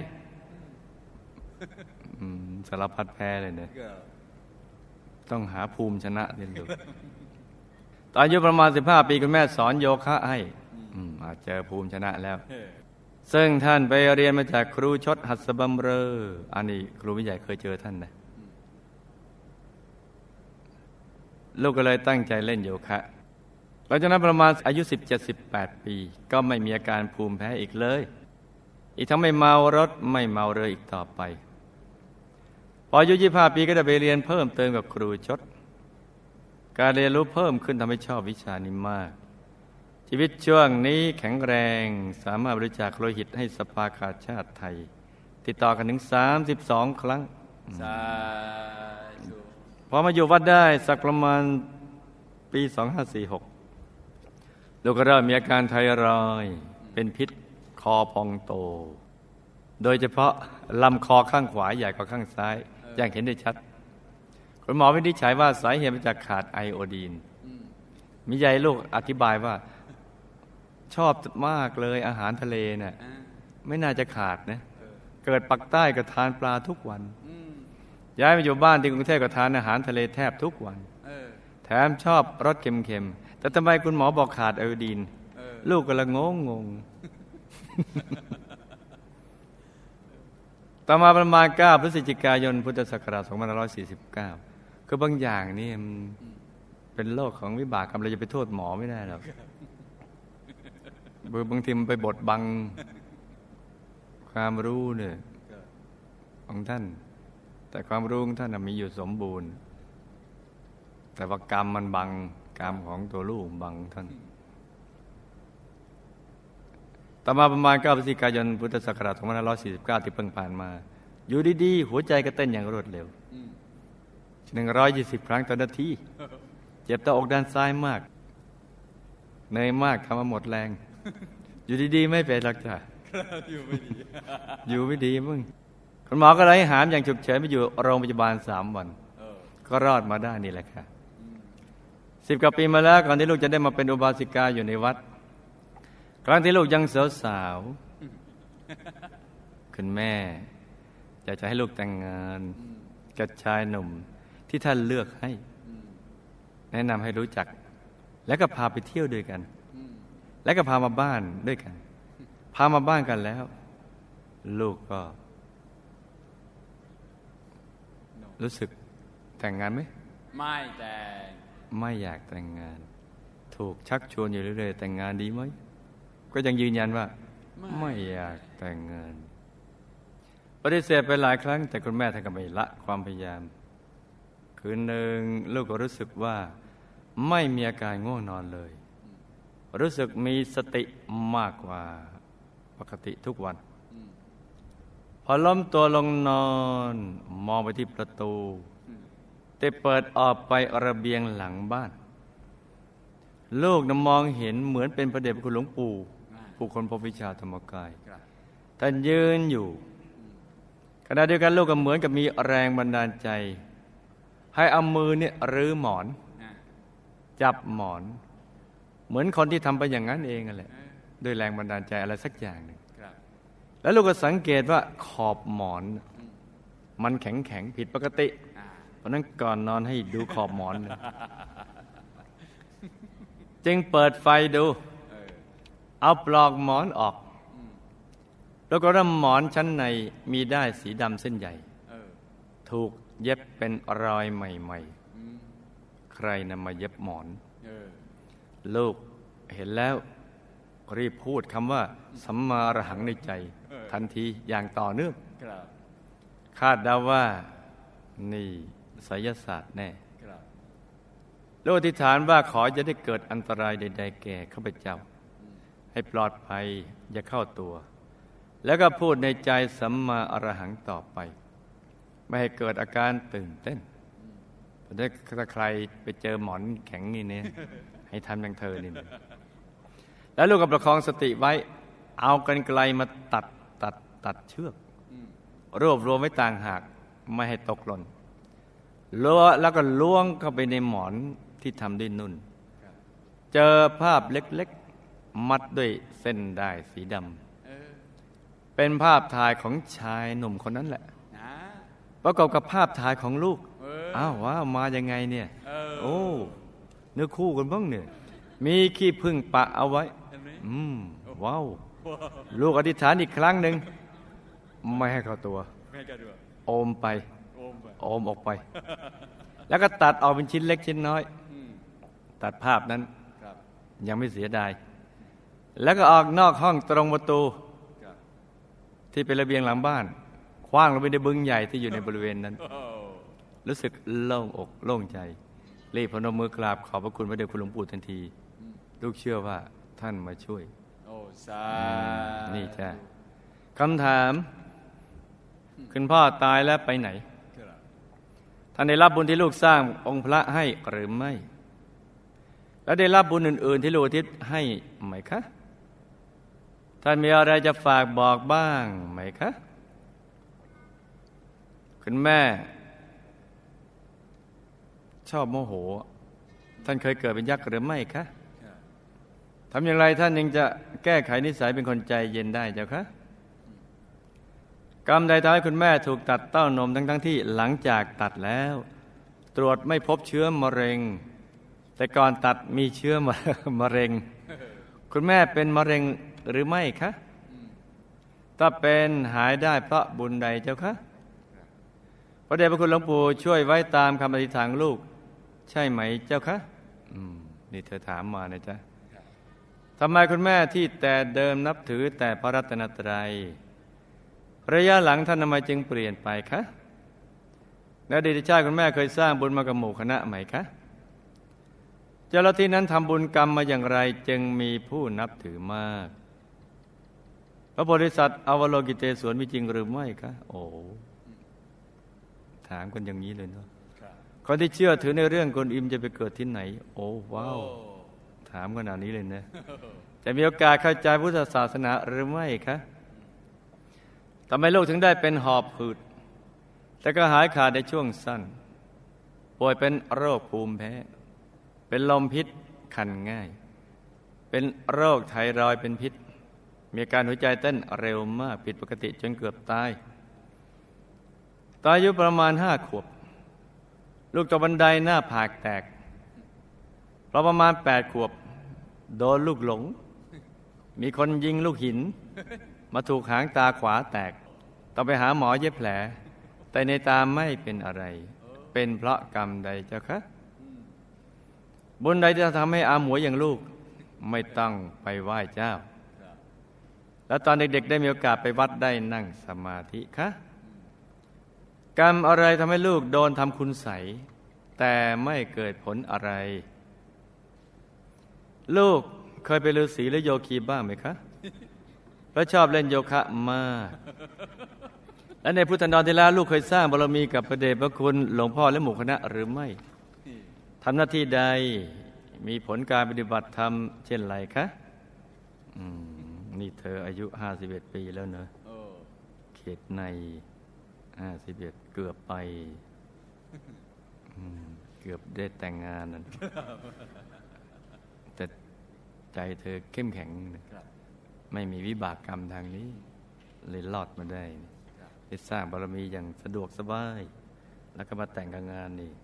สารพัดแพ้เลยเนี่ยต้องหาภูมิชนะเรียนรู้ตอนอายุประมาณ15 ปีคุณแม่สอนโยคะให้อาจเจอภูมิชนะแล้วซึ่งท่านไปเรียนมาจากครูชดหัสบำเรออันนี้ครูวิใหญ่เคยเจอท่านนะลูกก็เลยตั้งใจเล่นโยคะหลังจากนั้นประมาณอายุ17-18 ปีก็ไม่มีอาการภูมิแพ้อีกเลยอีกทั้งไม่เมารถไม่เมาเรืออีกต่อไปพออายุ25 ปีก็ได้ไปเรียนเพิ่มเติมกับครูชดการเรียนรู้เพิ่มขึ้นทำให้ชอบวิชานี้มากชีวิตช่วงนี้แข็งแรงสามารถบริจาคโลหิตให้สภากาชาติไทยติดต่อกันถึง32 ครั้งพอมาอยู่วัดได้สักประมาณปี 2546 ลูกก็เริ่มมีอาการไทรอยด์เป็นพิษคอพองโตโดยเฉพาะลำคอข้างขวาใหญ่กว่าข้างซ้ายอย่างเห็นได้ชัดคุณหมอวินิจฉัยว่าสาเหตุมาจากขาดไอโอดีนมียายลูกอธิบายว่าชอบมากเลยอาหารทะเลเนี่ยไม่น่าจะขาดนะเกิดปักใต้ก็ทานปลาทุกวันย้ายมาอยู่บ้านที่กรุงเทพก็ทานอาหารทะเลแทบทุกวันแถมชอบรสเค็มๆแต่ทำไมคุณหมอบอกขาดไอโอดีนลูกก็ละงงต่อมาประมาณ9 พฤศจิกายนพุทธศักราช 2549คือบางอย่างนี่มันเป็นโรคของวิบากกรรมเราจะไปโทษหมอไม่ได้หรอกบางทีมันไปบดบังความรู้เนี่ยของท่านแต่ความรู้ของท่านมีอยู่สมบูรณ์แต่ว่ากรรมมันบังกรรมของตัวลูกบังท่านต่อมาประมาณ9 พฤศจิกายนพุทธศักราช 2549ที่เพิ่งผ่านมาอยู่ดีๆหัวใจก็เต้นอย่างรวดเร็ว120 ครั้งต่อนาทีเจ็บหน้าอกด้านซ้ายมากเหนื่อยมากทำมาหมดแรงอยู่ดีๆไม่เป็นหรอกจ้ะอยู่ไม่ดีมึงคุณหมอก็เลยหามอย่างฉุกเฉินไปอยู่โรงพยาบาล3 วันก็รอดมาได้นี่แหละค่ะ10 กว่าปีมาแล้วก่อนที่ลูกจะได้มาเป็นอุบาสิกาอยู่ในวัดครั้งที่ลูกยังสาวๆคุณแม่อยากจะให้ลูกแต่งงานกับชายหนุ่มที่ท่านเลือกให้แนะนำให้รู้จักแล้วก็พาไปเที่ยวด้วยกันแล้วก็พามาบ้านด้วยกันพามาบ้านกันแล้วลูกก็รู้สึกแต่งงานไหมไม่แต่งไม่อยากแต่งงานถูกชักชวนอยู่เรื่อยๆแต่งงานดีไหมก็ยังยืนยันว่าไม่อยากแต่งงานปฏิเสธไปหลายครั้งแต่คุณแม่ท่านก็ไม่ละความพยายามคืนหนึ่งลูกก็รู้สึกว่าไม่มีอาการง่วงนอนเลยรู้สึกมีสติมากกว่าปกติทุกวันพอล้มตัวลงนอนมองไปที่ประตูแต่เปิดออกไประเบียงหลังบ้านลูกมองเห็นเหมือนเป็นพระเดชพระคุณหลวงปู่ผู้คนพบวิชาธรรมกายท่านยืนอยู่ขณะเดียวกันลูกก็เหมือนกับมีแรงบันดาลใจให้เอามือเนี่ยรื้อหมอนจับหมอนเหมือนคนที่ทำไปอย่างนั้นเองนั่นแหละด้วยแรงบันดาลใจอะไรสักอย่างหนึ่งแล้วลูกก็สังเกตว่าขอบหมอนมันแข็งผิดปกติเพราะนั้นก่อนนอนให้ดูขอบหมอนจึงเปิดไฟดูเอาปลอกหมอนออกแล้วก็หมอนชั้นในมีด้ายสีดำเส้นใหญ่ถูกเย็บเป็นรอยใหม่ๆใครนำมาเย็บหมอนลูกเห็นแล้วรีบพูดคำว่าสัมมาอรหังในใจทันทีอย่างต่อเนื่องคาดเดาว่านี่ไสยศาสตร์แน่ลูกอธิษฐานว่าขอจะได้เกิดอันตรายใดๆแก่ข้าพเจ้าให้ปลอดภัยอย่าเข้าตัวแล้วก็พูดในใจสัมมาอรหังต่อไปไม่ให้เกิดอาการตื่นเต้นถ้าใครไปเจอหมอนแข็งนี่เนี่ยให้ทำอย่างเธอนี่แล้วลูกก็ประคองสติไว้เอากรรไกรมาตัดเชือกรวบรวมไว้ต่างหากไม่ให้ตกหล่นแล้วก็ล้วงเข้าไปในหมอนที่ทำด้วยนุ่นเจอภาพเล็กๆมัดด้วยเส้นด้ายสีดำเป็นภาพถ่ายของชายหนุ่มคนนั้นแหละประกอบกับภาพถ่ายของลูกอ้าวว้าวมายังไงเนี่ยโอ้เนื้อคู่กันบ้างเนี่ยมีขี้ผึ้งปะเอาไว้ว้าวลูกอธิษฐานอีกครั้งหนึ่งไม่ให้เข้าตัวโอมไปโอมออกไปแล้วก็ตัดออกเป็นชิ้นเล็กชิ้นน้อยตัดภาพนั้นยังไม่เสียดายแล้วก็ออกนอกห้องตรงประตูที่เป็นระเบียงหลังบ้านคว้างลงไปในบึงใหญ่ที่อยู่ในบริเวณนั้นรู้สึกโล่งอกโล่งใจรีบพนมมือกราบขอบพระคุณพระเดชคุณหลวงปู่ทันทีลูกเชื่อว่าท่านมาช่วยนี่จ้ะคำถามคุณพ่อตายแล้วไปไหนท่านได้รับบุญที่ลูกสร้างองค์พระให้หรือไม่และได้รับบุญอื่นๆที่ลูกอุทิศให้ไหมคะท่านมีอะไรจะฝากบอกบ้างไหมคะคุณแม่ชอบโมโหท่านเคยเกิดเป็นยักษ์หรือไม่คะทำอย่างไรท่านยังจะแก้ไขนิสัยเป็นคนใจเย็นได้เจ้าคะกรรมใดทำให้คุณแม่ถูกตัดเต้านมทั้งที่หลังจากตัดแล้วตรวจไม่พบเชื้อมะเร็งแต่ก่อนตัดมีเชื้อมะเร็งคุณแม่เป็นมะเร็งหรือไม่คะถ้าเป็นหายได้เพราะบุญใดเจ้าคะพระเดชพระคุณหลวงปู่ช่วยไว้ตามคำอธิษฐานลูกใช่ไหมเจ้าคะนี่เธอถามมานะจ๊ะทำไมคุณแม่ที่แต่เดิมนับถือแต่พระรัตนตรัยระยะหลังท่านทำไมจึงเปลี่ยนไปคะในอดีตชาติคุณแม่เคยสร้างบุญมากับหมู่คณะไหมคะเจ้าหน้าที่นั้นทำบุญกรรมมาอย่างไรจึงมีผู้นับถือมากพระโพธิสัตว์อวโลกิเตศวรมีจริงหรือไม่คะโอ้ถามกันอย่างนี้เลยเนาะคนที่เชื่อถือในเรื่องกวนอิมจะไปเกิดที่ไหนโอ้ว้าวถามขนาดนี้เลยนะจะมีโอกาสเข้าใจพุทธศาสนาหรือไม่คะทำไมโลกถึงได้เป็นหอบหืดแต่ก็หายขาดในช่วงสั้นป่วยเป็นโรคภูมิแพ้เป็นลมพิษคันง่ายเป็นโรคไทรอยด์เป็นพิษมีอาการหัวใจเต้นเร็วมากผิดปกติจนเกือบตายตอนอายุประมาณ5 ขวบลูกตกบันไดหน้าผากแตกเราประมาณ8 ขวบโดนลูกหลงมีคนยิงลูกหินมาถูกหางตาขวาแตกต้องไปหาหมอเย็บแผลแต่ในตาไม่เป็นอะไรเป็นเพราะกรรมใดเจ้าคะบุญใดจะทำให้อาหมวยอย่างลูกไม่ต้องไปไหว้เจ้าแล้วตอนเด็กๆได้มีโอกาสไปวัดได้นั่งสมาธิคะกรรมอะไรทำให้ลูกโดนทำคุณไสยแต่ไม่เกิดผลอะไรลูกเคยไปฤาษีหรือโยคีบ้างไหมคะเพราะชอบเล่นโยคะมากและในพุทธันดรที่แล้วลูกเคยสร้างบารมีกับพระเดชพระคุณหลวงพ่อและหมู่คณะหรือไม่ทำหน้าที่ใดมีผลการปฏิบัติธรรมเช่นไรคะนี่เธออายุ51 ปีแล้วเนอะเขตใน51เกือบไปเกือบได้แต่งงานนั่นแต่ใจเธอเข้มแข็งไม่มีวิบากกรรมทางนี้เลยรอดมาได้สร้างบารมีอย่างสะดวกสบายแล้วก็มาแต่งงานนี่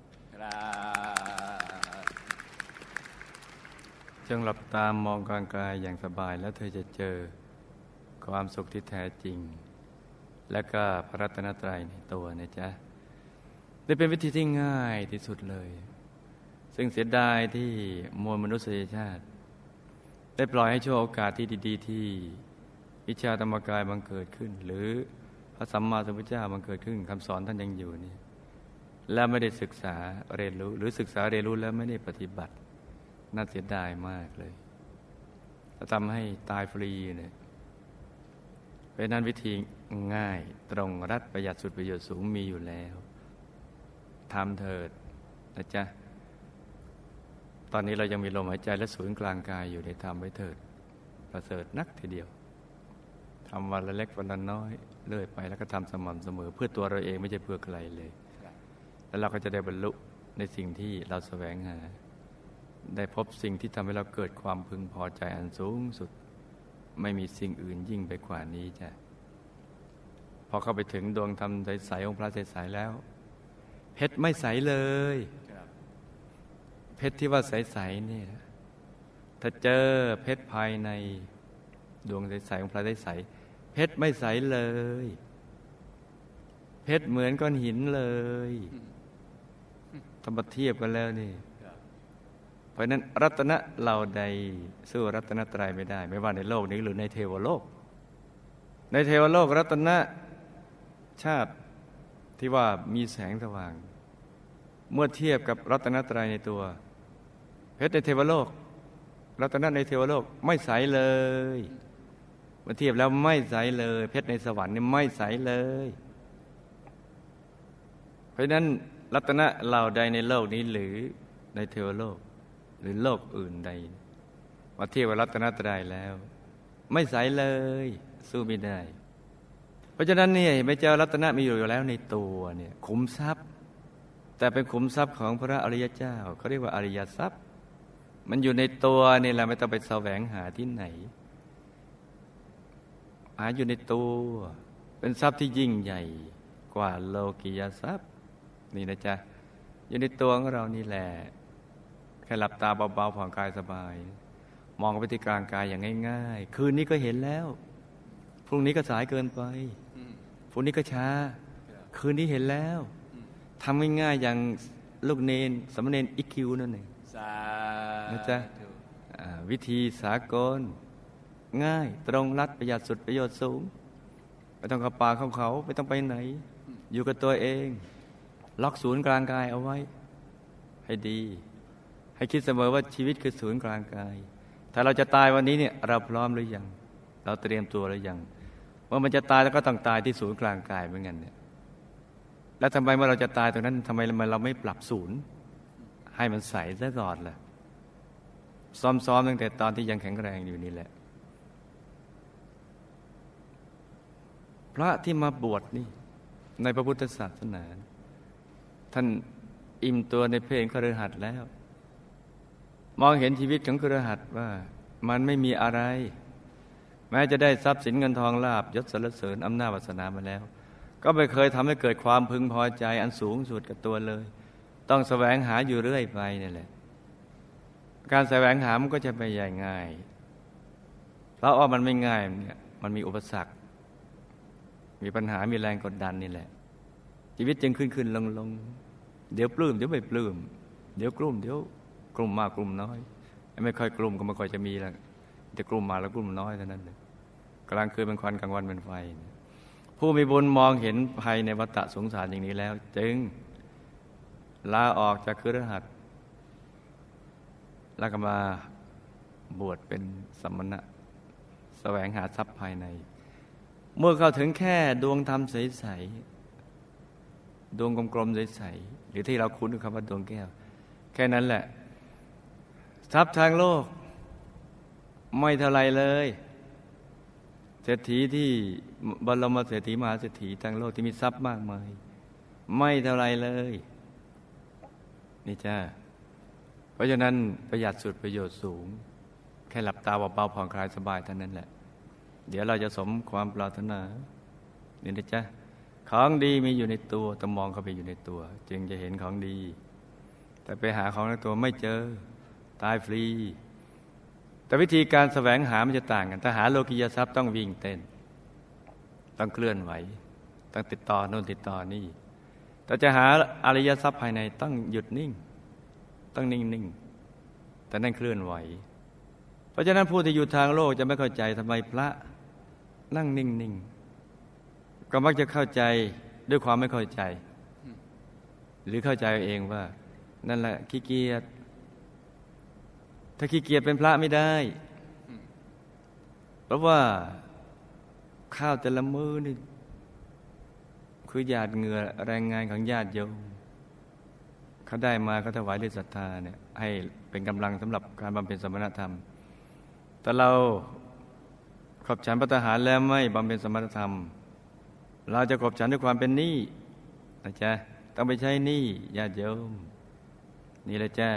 จงหลับตามองกลางกายอย่างสบายแล้วเธอจะเจอความสุขที่แท้จริงและก็พระรัตนตรัยในตัวนะจ๊ะนี่เป็นวิธีที่ง่ายที่สุดเลยซึ่งเสียดายที่มวลมนุษยชาติได้ปล่อยให้ช่วงโอกาสที่ดีๆที่วิชาธรรมกายบังเกิดขึ้นหรือพระสัมมาสัมพุทธเจ้าบังเกิดขึ้นคำสอนท่านยังอยู่นี่และไม่ได้ศึกษาเรียนรู้หรือศึกษาเรียนรู้แล้วไม่ได้ปฏิบัติน่าเสียดายมากเลยจะทำให้ตายฟรีเนี่ยเป็นนั้นวิธีง่ายตรงรัดประหยัดสุดประโยชน์สูงมีอยู่แล้วทำเถิดนะจ๊ะตอนนี้เรายังมีลมหายใจและศูนย์กลางกายอยู่ในทำไว้เถิดประเสริฐนักทีเดียวทำวันละเล็กวันละน้อยเรื่อยไปแล้วก็ทำสม่ำเสมอเพื่อตัวเราเองไม่ใช่เพื่อใครเลยแล้วเราก็จะได้บรรลุในสิ่งที่เราแสวงหาได้พบสิ่งที่ทำให้เราเกิดความพึงพอใจอันสูงสุดไม่มีสิ่งอื่นยิ่งไปกว่านี้จ้ะพอเข้าไปถึงดวงธรรมใสๆองค์พระใสๆแล้วเพชรไม่ใสเลยเพชรที่ว่าใสๆนี่ถ้าเจอเพชรภายในดวงใสๆของพระใสๆเพชรไม่ใสเลยเพชรเหมือนก้อนหินเลยถ้ามาเทียบกันแล้วนี่เพราะนั้นรัตนะเราใดสู้รัตนตรัยไม่ได้ไม่ว่าในโลกนี้หรือในเทวโลกในเทวโลกรัตนะชาติที่ว่ามีแสงสว่างเมื่อเทียบกับรัตนตรัยในตัวเพชรในเทวโลกรัตนะในเทวโลกไม่ใสเลยเมื่อเทียบแล้วไม่ใสเลยเพชรในสวรรค์นี่ไม่ใสเลยเพราะนั้นรัตนะเราใดในโลกนี้หรือในเทวโลกหรือโลกอื่นใดมาเทียบกับรัตนตรัยแล้ว ไม่ใสเลยสู้ไม่ได้เพราะฉะนั้นเนี่ยพระเจ้ารัตนะมีอยู่แล้วในตัวเนี่ยขุมทรัพย์แต่เป็นขุมทรัพย์ของพระอริยเจ้าเขาเรียกว่าอริยทรัพย์มันอยู่ในตัวนี่แหละไม่ต้องไปแสวงหาที่ไหนหาอยู่ในตัวเป็นทรัพย์ที่ยิ่งใหญ่กว่าโลกียทรัพย์นี่นะจ๊ะอยู่ในตัวของเรานี่แหละแค่หลับตาเบาๆผ่อนกายสบายมองไปที่กลางกายอย่างง่ายๆคืนนี้ก็เห็นแล้วพรุ่งนี้ก็สายเกินไปพรุ่งนี้ก็ช้าคืนนี้เห็นแล้วทำง่ายๆอย่างลูกเนนสามเณรอิกคิวนั่นเองนะจ๊ะวิธีสากลง่ายตรงรัดประหยัดสุดประโยชน์สูงไม่ต้องเข้าป่าเข้าเขาไม่ต้องไปไหนอยู่กับตัวเองล็อกศูนย์กลางกายเอาไว้ให้ดีให้คิดเสมอว่าชีวิตคือศูนย์กลางกายถ้าเราจะตายวันนี้เนี่ยเราพร้อมหรือยังเราเตรียมตัวหรือยังว่ามันจะตายแล้วก็ต้องตายที่ศูนย์กลางกายเหมือนกันเนี่ยแล้วทำไมเมื่อเราจะตายตรงนั้นทำไมเราไม่ปรับศูนย์ให้มันใสซะก่อนล่ะซ้อมตั้งแต่ตอนที่ยังแข็งแรงอยู่นี่แหละพระที่มาบวชนี่ในพระพุทธศาสนาท่านอิ่มตัวในเพลงคฤหัสถ์แล้วมองเห็นชีวิตของคฤหัสถ์ว่ามันไม่มีอะไรแม้จะได้ทรัพย์สินเงินทองลาภยศสรรเสริญอำนาจวาสนามาแล้วก็ไม่เคยทำให้เกิดความพึงพอใจอันสูงสุดกับตัวเลยต้องแสวงหาอยู่เรื่อยไปนี่แหละการแสวงหามันก็จะไม่ใหญ่ง่ายเพราะว่ามันไม่ง่ายเนี่ยมันมีอุปสรรคมีปัญหามีแรงกดดันนี่แหละชีวิตจึงขึ้นลงเดี๋ยวปลื้มเดี๋ยวไม่ปลื้มเดี๋ยวกลุ้มเดี๋ยวกลุ่มมากกลุ่มน้อยไม่ค่อยกลุ่มก็ไม่ค่อยจะมีแล้วจะกลุ่มมาแล้วกลุ่มน้อยเท่านั้นเลยกลางคืนเป็นควันกลางวันเป็นไฟผู้มีบุญมองเห็นภัยในวัฏสงสารอย่างนี้แล้วจึงลาออกจากคฤหัสถ์แล้วก็มาบวชเป็นสมณะแสวงหาทรัพย์ภายในเมื่อเข้าถึงแค่ดวงธรรมใสๆดวงกลมๆใสๆหรือที่เราคุ้นกับคำว่าดวงแก้วแค่นั้นแหละทรัพย์ทางโลกไม่เท่าไรเลยเศรษฐีที่บรมเศรษฐีมหาเศรษฐีทางโลกที่มีทรัพย์มากมายไม่เท่าไรเลยนี่จ้าเพราะฉะนั้นประหยัดสุดประโยชน์สูงแค่หลับตาเบาๆผ่อนคลายสบายเท่านั้นแหละเดี๋ยวเราจะสมความปรารถนานี่นะจ๊ะของดีมีอยู่ในตัวต้องมองเข้าไปอยู่ในตัวจึงจะเห็นของดีแต่ไปหาของในตัวไม่เจอตายฟรีแต่วิธีการแสวงหามันจะต่างกันถ้าหาโลกียทรัพย์ต้องวิ่งเต้นต้องเคลื่อนไหวต้องติดต่อโน่นติดต่อนี่แต่จะหาอริยทรัพย์ภายในต้องหยุดนิ่งต้องนิ่งแต่นั่นเคลื่อนไหวเพราะฉะนั้นผู้ที่อยู่ทางโลกจะไม่เข้าใจทำไมพระนั่งนิ่งก็มักจะเข้าใจด้วยความไม่เข้าใจหรือเข้าใจเองว่านั่นแหละขี้เกียจถ้าขี้เกียจเป็นพระไม่ได้เพราะว่าข้าวแต่ละมื้อนี่คือหยาดเหงื่อแรงงานของญาติโยมเขาได้มาเขาถวายด้วยศรัทธาเนี่ยให้เป็นกำลังสำหรับการบำเพ็ญสมณธรรมแต่เราขอบฉันภัตตาหารแล้วไม่บำเพ็ญสมณธรรมเราจะขอบฉันด้วยความเป็นหนี้นะจ๊ะต้องไปใช้หนี้ญาติโยมนี่แหละจ้า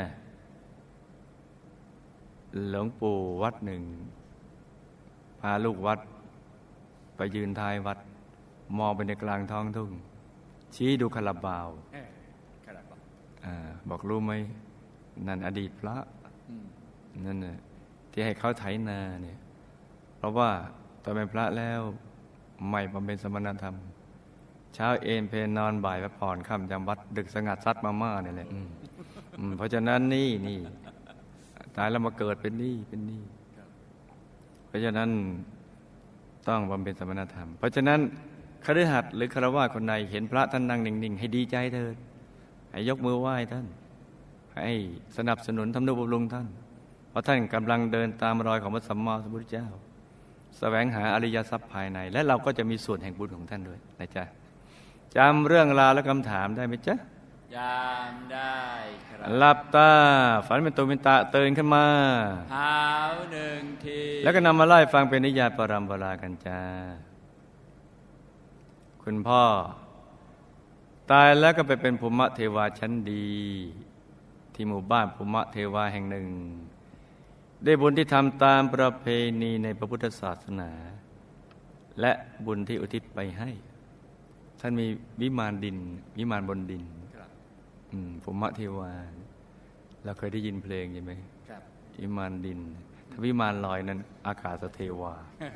หลวงปู่วัดหนึ่งพาลูกวัดไปยืนท้ายวัดมองไปในกลางท้องทุ่งชี้ดูคาราบาวบอกรู้ไหมนั่นอดีตพระนั่นน่ะที่ให้เขาไถนาเนี่ยเพราะว่าตอนเป็นพระแล้วไม่บำเพ็ญสมณธรรมเช้าเอนเพลนอนบ่ายพักผ่อนค่ำจำวัดดึกสงัดซัดมาม่าเนี่ยแหละเพราะฉะนั้นนี่ตายแล้วมาเกิดเป็นนี่เพราะฉะนั้นต้องบำเพ็ญสมณธรรมเพราะฉะนั้นคฤหัสถ์หรือฆราวาสคนใดเห็นพระท่านนั่งนิ่งๆให้ดีใจเถิดให้ยกมือไหว้ท่านให้สนับสนุนทำนุบำรุงท่านเพราะท่านกำลังเดินตามรอยของพระสัมมาสัมพุทธเจ้าแสวงหาอริยทรัพย์ภายในและเราก็จะมีส่วนแห่งบุญของท่านด้วยนะจ๊ะจำเรื่องราวและคำถามได้ไหมจ๊ะยามได้ครับหลับตาฝันเป็นตุเป็นตะตื่นขึ้นมาหาวหนึ่งทีแล้วก็นำมาไล่ฟังเป็นนิยายปรำปรากันจ้าคุณพ่อตายแล้วก็ไปเป็นภูมิเทวาชั้นดีที่หมู่บ้านภูมิเทวาแห่งหนึ่งได้บุญที่ทำตามประเพณีในพระพุทธศาสนาและบุญที่อุทิศไปให้ท่านมีวิมานดินวิมานบนดินภูมิเทวาเราเคยได้ยินเพลงใช่ไหมวิมานดินถ้าวิมานลอยนั้นอากาศเทวา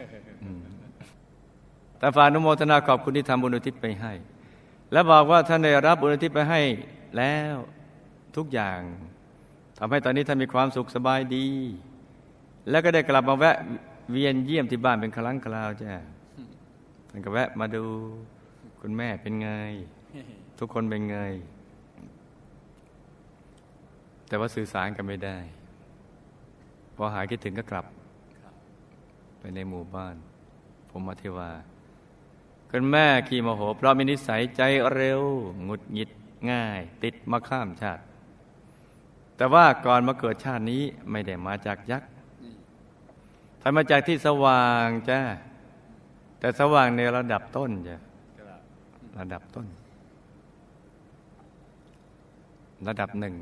แต่ฝ่านุโมทนาขอบคุณที่ทำบุญอุทิศไปให้และบอกว่าท่านได้รับบุญอุทิศไปให้แล้วทุกอย่างทำให้ตอนนี้ท่านมีความสุขสบายดีแล้วก็ได้กลับมาแวะเวียนเยี่ยมที่บ้านเป็นครั้งคราวจ้ะท่านก็แวะมาดูคุณแม่เป็นไงทุกคนเป็นไงแต่ว่าสื่อสารกันไม่ได้พอหายคิดถึงก็กลับไปในหมู่บ้านผมมาเทวาคุณแม่ขี้โมโหเพราะมีนิสัยใจเร็วหงุดหงิดง่ายติดมาข้ามชาติแต่ว่าก่อนมาเกิดชาตินี้ไม่ได้มาจากยักษ์ท่านมาจากที่สว่างจ้าแต่สว่างในระดับต้นจ้ะระดับต้นระดับหนึ่ง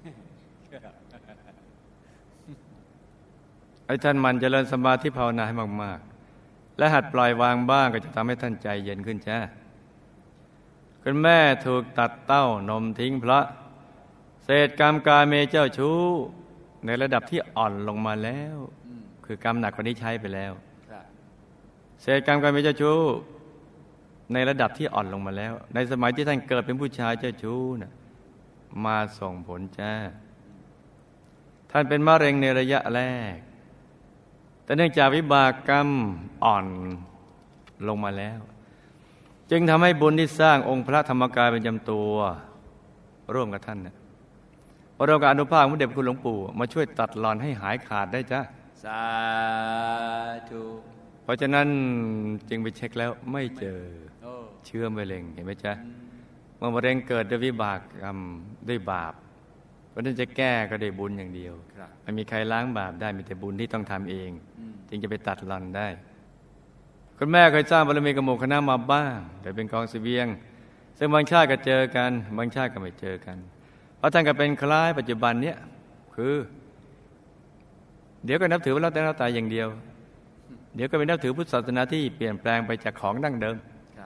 ไอ้ท่านมันเจริญสมาธิภาวนาให้มากๆและหัดปล่อยวางบ้างก็จะทำให้ท่านใจเย็นขึ้นจ้าคุณแม่ถูกตัดเต้านมทิ้งเพราะเศษกรรมกาเมเจ้าชู้ในระดับที่อ่อนลงมาแล้วคือกรรมหนักกว่านี้ใช้ไปแล้วเศษกรรมกาเมเจ้าชู้ในระดับที่อ่อนลงมาแล้วในสมัยที่ท่านเกิดเป็นผู้ชายเจ้าชู้น่ะมาส่งผลจ้าท่านเป็นมะเร็งในระยะแรกแต่เนื่องจากวิบากกรรมอ่อนลงมาแล้วจึงทำให้บุญที่สร้างองค์พระธรรมกายเป็นจำตัวร่วมกับท่านนะร่วมกับอนุภาพของพระเดชพระคุณหลวงปู่มาช่วยตัดรอนให้หายขาดได้จ้ะสาธุเพราะฉะนั้นจึงไปเช็คแล้วไม่เจอเชื้อมะเร็งเห็นไหมจ๊ะเมื่อมะเร็งเกิดด้วยวิบากกรรมด้วยบาปเพราะฉะนั้นจะแก้ก็ได้บุญอย่างเดียวไม่มีใครล้างบาปได้มีแต่บุญที่ต้องทำเองจึงจะไปตัดรอนได้คุณแม่เคยสร้างบารมีกับหมู่คณะมาบ้างแต่เป็นกองเสบียงซึ่งบางชาติก็เจอกันบางชาติก็ไม่เจอกันเพราะท่านก็เป็นคล้ายปัจจุบันเนี้ยคือเดี๋ยวก็นับถือว่าเราแต่เราตายอย่างเดียวเดี๋ยวก็เป็นนับถือพุทธศาสนาที่เปลี่ยนแปลงไปจากของดั้งเดิม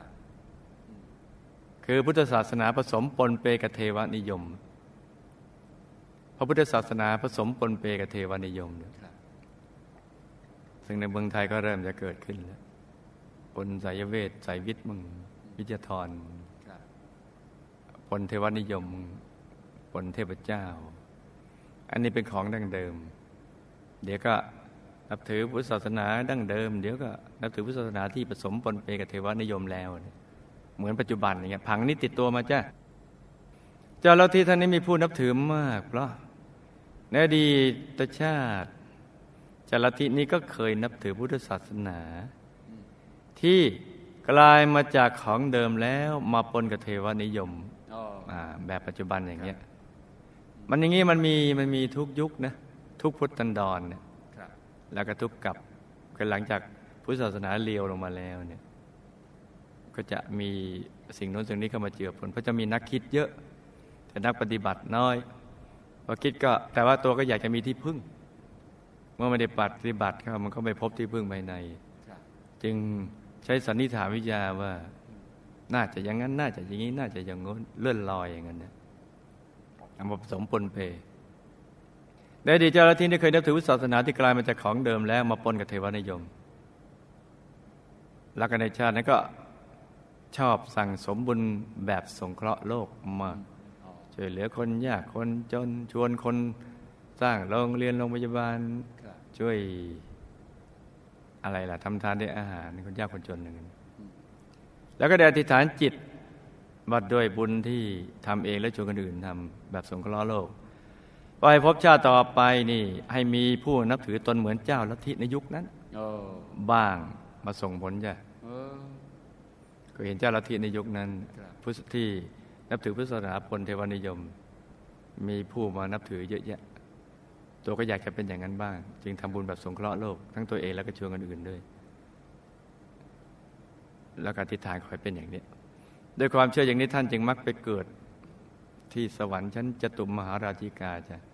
คือพุทธศาสนาผสมปนเปกับเทวนิยมพระพุทธศาสนาผสมปนเปกับเทวนิยมซึ่งในเมืองไทยก็เริ่มจะเกิดขึ้นแล้วปนไสยเวทไสยวิทย์มึงวิทยาธรปนเทวนิยมปนเทพเจ้าอันนี้เป็นของดั้งเดิมเดี๋ยวก็นับถือพุทธศาสนาดั้งเดิมเดี๋ยวก็นับถือพุทธศาสนาที่ผสมปนเปกับเทวนิยมแล้วเหมือนปัจจุบันอย่างเงี้ยผังนี้ติดตัวมาจ้ะเจ้าลัทธิท่านนี้มีผู้นับถือมากเพราะในอดีตชาติเจ้าลัทธินี้ก็เคยนับถือพุทธศาสนาที่กลายมาจากของเดิมแล้วมาปนกับเทวนิยมแบบปัจจุบันอย่างเงี้ยมันอย่างงี้มันมีทุกยุคนะทุกพุทธันดรเนี่ยแล้วก็ทุกกับคือหลังจากพุทธศาสนาเลียวลงมาแล้วเนี่ยก็จะมีสิ่งโน้นสิ่งนี้เข้ามาเจือปนเพราะจะมีนักคิดเยอะแต่นักปฏิบัติน้อยพอคิดก็แต่ว่าตัวก็อยากจะมีที่พึ่งเมื่อไม่ได้ปฏิบัติเข้ามันก็ไม่พบที่พึ่งภายในจึงใช้สันนิษฐานวิทยาว่าน่าจะอย่างนั้นน่าจะอย่างนี้น่าจะอย่างโน้นเลื่อนลอยอย่างนั้นนะเอามาผสมปนเปในอดีตเจ้าลัทธิได้เคยนับถือศาสนาที่กลายมาจากของเดิมแล้วมาปนกับเทวนิยมแล้วก็ในชาตินั้นก็ชอบสั่งสมบุญแบบสงเคราะห์โลกมากช่วยเหลือคนยากคนจนชวนคนสร้างโรงเรียนโรงพยาบาลช่วยอะไรล่ะทำทานด้วยอาหารคนยากคนจนอย่างนั้นแล้วก็ได้อธิษฐานจิตบัดด้วยบุญที่ทำเองและชวนคนอื่นทำแบบสงเคราะห์โลกไปพบชาติต่อไปนี่ให้มีผู้นับถือตนเหมือนเจ้าลัทธิในยุคนั้นบ้างมาส่งผลจ้ะก็เห็นเจ้าลัทธิในยุคนั้นผู้ที่ในนับถือพุทธศาสนาปนเทวนิยมมีผู้มานับถือเยอะแยะตัวก็อยากจะเป็นอย่างนั้นบ้างจึงทำบุญแบบสงเคราะห์โลกทั้งตัวเองแล้วก็ชวนคนอื่นด้วยแล้วก็อธิษฐานขอให้เป็นอย่างนี้ด้วยความเชื่ออย่างนี้ท่านจึงมักไปเกิดที่สวรรค์ชั้นจตุมมหาราชิกาจ้ะ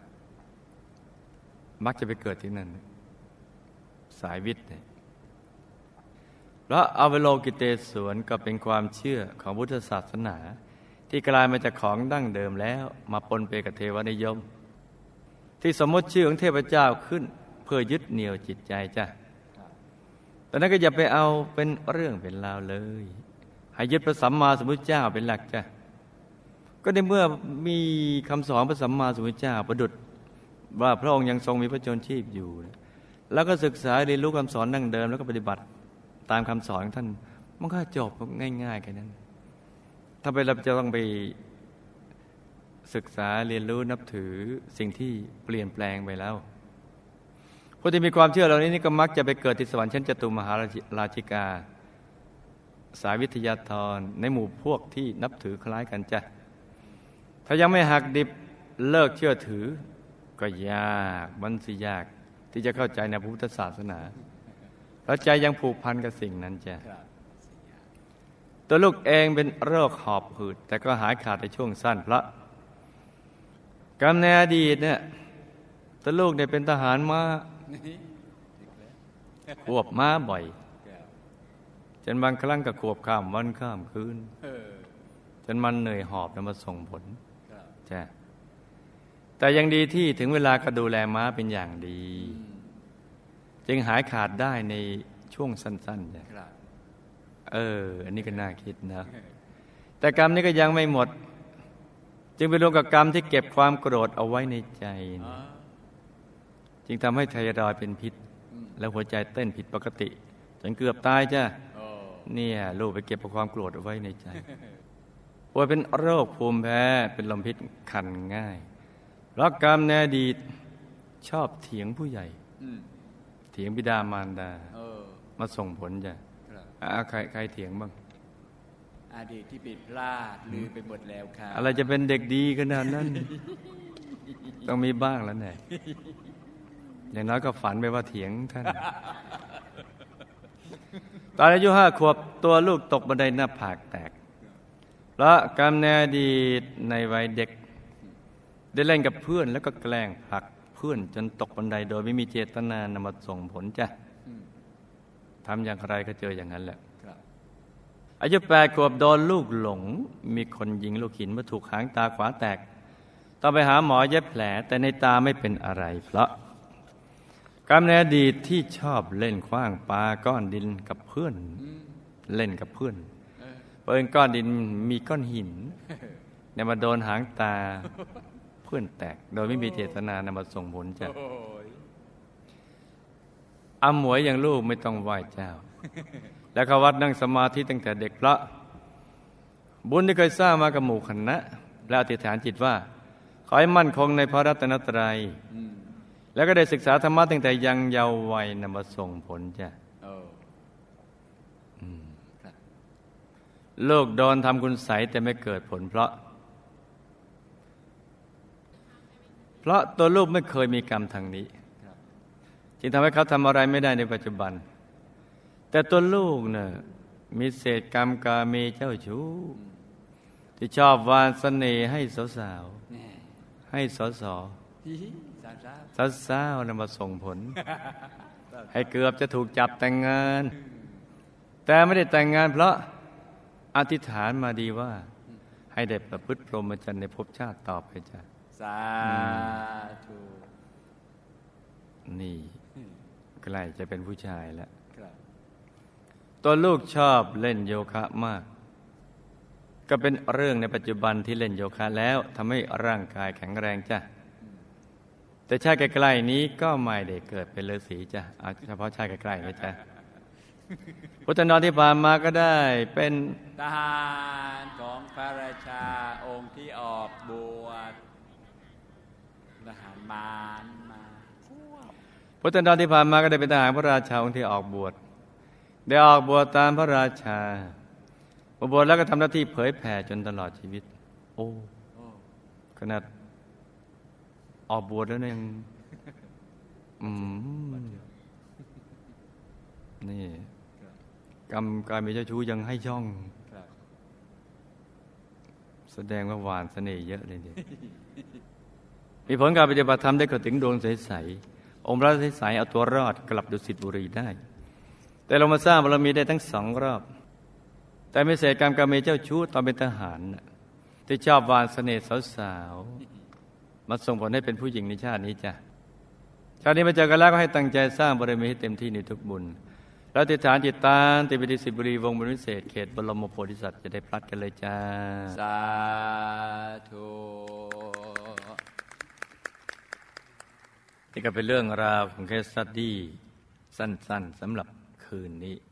มักจะไปเกิดที่นั่นสายวิทย์เนี่ยเพราะอเวโลกิเตศวรก็เป็นความเชื่อของพุทธศาสนาที่กลายมาจากของดั้งเดิมแล้วมาปนเปกับเทวนิยมที่สมมติชื่อของเทพเจ้าขึ้นเพื่อยึดเหนี่ยวจิตใจจ้ะตอนนั้นก็อย่าไปเอาเป็นเรื่องเป็นราวเลยให้ยึดพระสัมมาสัมพุทธเจ้าเป็นหลักจ้ะก็ในเมื่อมีคำสอนพระสัมมาสัมพุทธเจ้าประดุจว่าพระองค์ยังทรงมีพระชนชีพอยู่แล้วก็ศึกษาเรียนรู้คำสอนดั้งเดิมแล้วก็ปฏิบัติตามคำสอนของท่านมันก็จบง่ายๆแค่นั้นถ้าไปเราจะต้องไปศึกษาเรียนรู้นับถือสิ่งที่เปลี่ยนแปลงไปแล้วผู้ที่มีความเชื่อเหล่านี้นี่ก็มักจะไปเกิดที่สวรรค์ชั้นจตุมหาราชิกาสายวิทยาธรในหมู่พวกที่นับถือคล้ายกันจ้ะถ้ายังไม่หักดิบเลิกเชื่อถือก็ยากมันสิยากที่จะเข้าใจในพุทธศาสนาเพราะใจยังผูกพันกับสิ่งนั้นจ้ะตัวลูกเองเป็นโรคหอบหืดแต่ก็หายขาดในช่วงสั้นเพราะกรรมในอดีตเนี่ยตัวลูกเนี่ยเป็นทหารม้าควบม้าบ่อยจนบางครั้งก็ควบข้ามวันข้ามคืนจนมันเหนื่อยหอบแล้วมาส่งผลจ้ะแต่ยังดีที่ถึงเวลาก็ดูแลม้าเป็นอย่างดีจึงหายขาดได้ในช่วงสั้นๆจ้ะอันนี้ก็น่าคิดนะแต่กรรมนี้ก็ยังไม่หมดจึงไปรวมกับกรรมที่เก็บความโกรธเอาไว้ในใจจึงทำให้ไทรอยด์เป็นพิษแล้วหัวใจเต้นผิดปกติจนเกือบตายจ้ะเนี่ยลูกไปเก็บความโกรธเอาไว้ในใจป่วยเป็นโรคภูมิแพ้เป็นลมพิษคันง่ายเพราะกรรมในอดีตชอบเถียงผู้ใหญ่เถียงบิดามารดามาส่งผลจ้ะใครเถียงบ้างอดีตที่ผิดพลาดลืมไปหมดแล้วครับอะไรจะเป็นเด็กดีขนาดนั้น ต้องมีบ้างแล้วแน่อย่างน้อยก็ฝันไปว่าเถียงท่านตอนอายุ5 ขวบตัวลูกตกบันไดหน้าผากแตกเพราะกรรมในอดีตในวัยเด็กได้เล่นกับเพื่อนแล้วก็แกล้งผลักเพื่อนจนตกบันไดโดยไม่มีเจตนานำมาส่งผลจ้ะทำอย่างไรก็เจออย่างนั้นแหละอายุ8 ขวบโดนลูกหลงมีคนยิงลูกหินมาถูกหางตาขวาแตกต้องไปหาหมอเย็บแผลแต่ในตาไม่เป็นอะไรเพราะกรรมในอดีตที่ชอบเล่นขว้างปาก้อนดินกับเพื่อนเล่นกับเพื่อนเปิดก้อนดินมีก้อนหินเนี่ยมาโดนหางตาเพื่อนแตกโดยไม่มีเจตนานำมาส่งผลจ้ะอำหมวยอย่างลูกไม่ต้องไหว้เจ้าแล้วเขาวัดนั่งสมาธิตั้งแต่เด็กเพราะบุญที่เคยสร้างมากับหมู่คณะและอธิษฐานจิตว่าขอให้มั่นคงในพระรัตนตรัยแล้วก็ได้ศึกษาธรรมะตั้งแต่ยังเยาว์วัยนำมาส่งผลจ้ะลูกโดนทำคุณไสยแต่ไม่เกิดผลเพราะตัวลูกไม่เคยมีกรรมทางนี้จึงทำให้เขาทำอะไรไม่ได้ในปัจจุบันแต่ตัวลูกเนี่ยมีเศษกรรมกาเมเจ้าชู้ที่ชอบวานเสน่ห์ให้สาวๆให้สาวๆนำมาส่งผลให้เกือบจะถูกจับแต่งงานแต่ไม่ได้แต่งงานเพราะอธิษฐานมาดีว่าให้ได้ประพฤติพรหมจรรย์ในภพชาติต่อไปจ้ะสาธุนี่ใกล้จะเป็นผู้ชายแล้วตัวลูกชอบเล่นโยคะมากก็เป็นเรื่องในปัจจุบันที่เล่นโยคะแล้วทำให้ร่างกายแข็งแรงจ้ะแต่ชาติใกล้ๆนี้ก็ไม่ได้เกิดเป็นฤาษีจ้ะเอาเฉพาะชาติใกล้ๆนะจ๊ะพุทธนรที่ผ่านมาก็ได้เป็นทหารของพระราชาองค์ที่ออกบวชทหารมารมาพุทธนรที่ผ่านมาก็ได้เป็นทหารพระราชาองค์ที่ออกบวชได้ออกบวชตามพระราชาบวชแล้วก็ทำหน้าที่เผยแผ่จนตลอดชีวิตโอ้ขนาดออกบวชแล้วเนี่ยยังนี่กรรมการมีเจ้าชู้ยังให้ช่องแสดงว่าหวานเสน่ห์เยอะเลยเด็กมีผลการปฏิบัติธรรมได้เข้าถึงดวงใสๆองค์พระใสๆเอาตัวรอดกลับดุสิตบุรีได้แต่เรามาสร้างบารมีได้ทั้ง2 รอบแต่ไม่เสร็จกรรมการมีเจ้าชู้ตอนเป็นทหารที่ชอบหวานเสน่ห์สาวๆมาส่งผลให้เป็นผู้หญิงในชาตินี้จ้ะชาตินี้มาเจอกันแล้วก็ให้ตั้งใจสร้างบารมีให้เต็มที่ในทุกบุญแล้วติฐานจิตตานติปิสิบุรีวงบุญวิเศษเขตบรมโพธิสัตว์จะได้พลัดกันเลยจ้าสาธุนี่ก็เป็นเรื่องราวของเคสสตั๊ดดี้สั้นๆสำหรับคืนนี้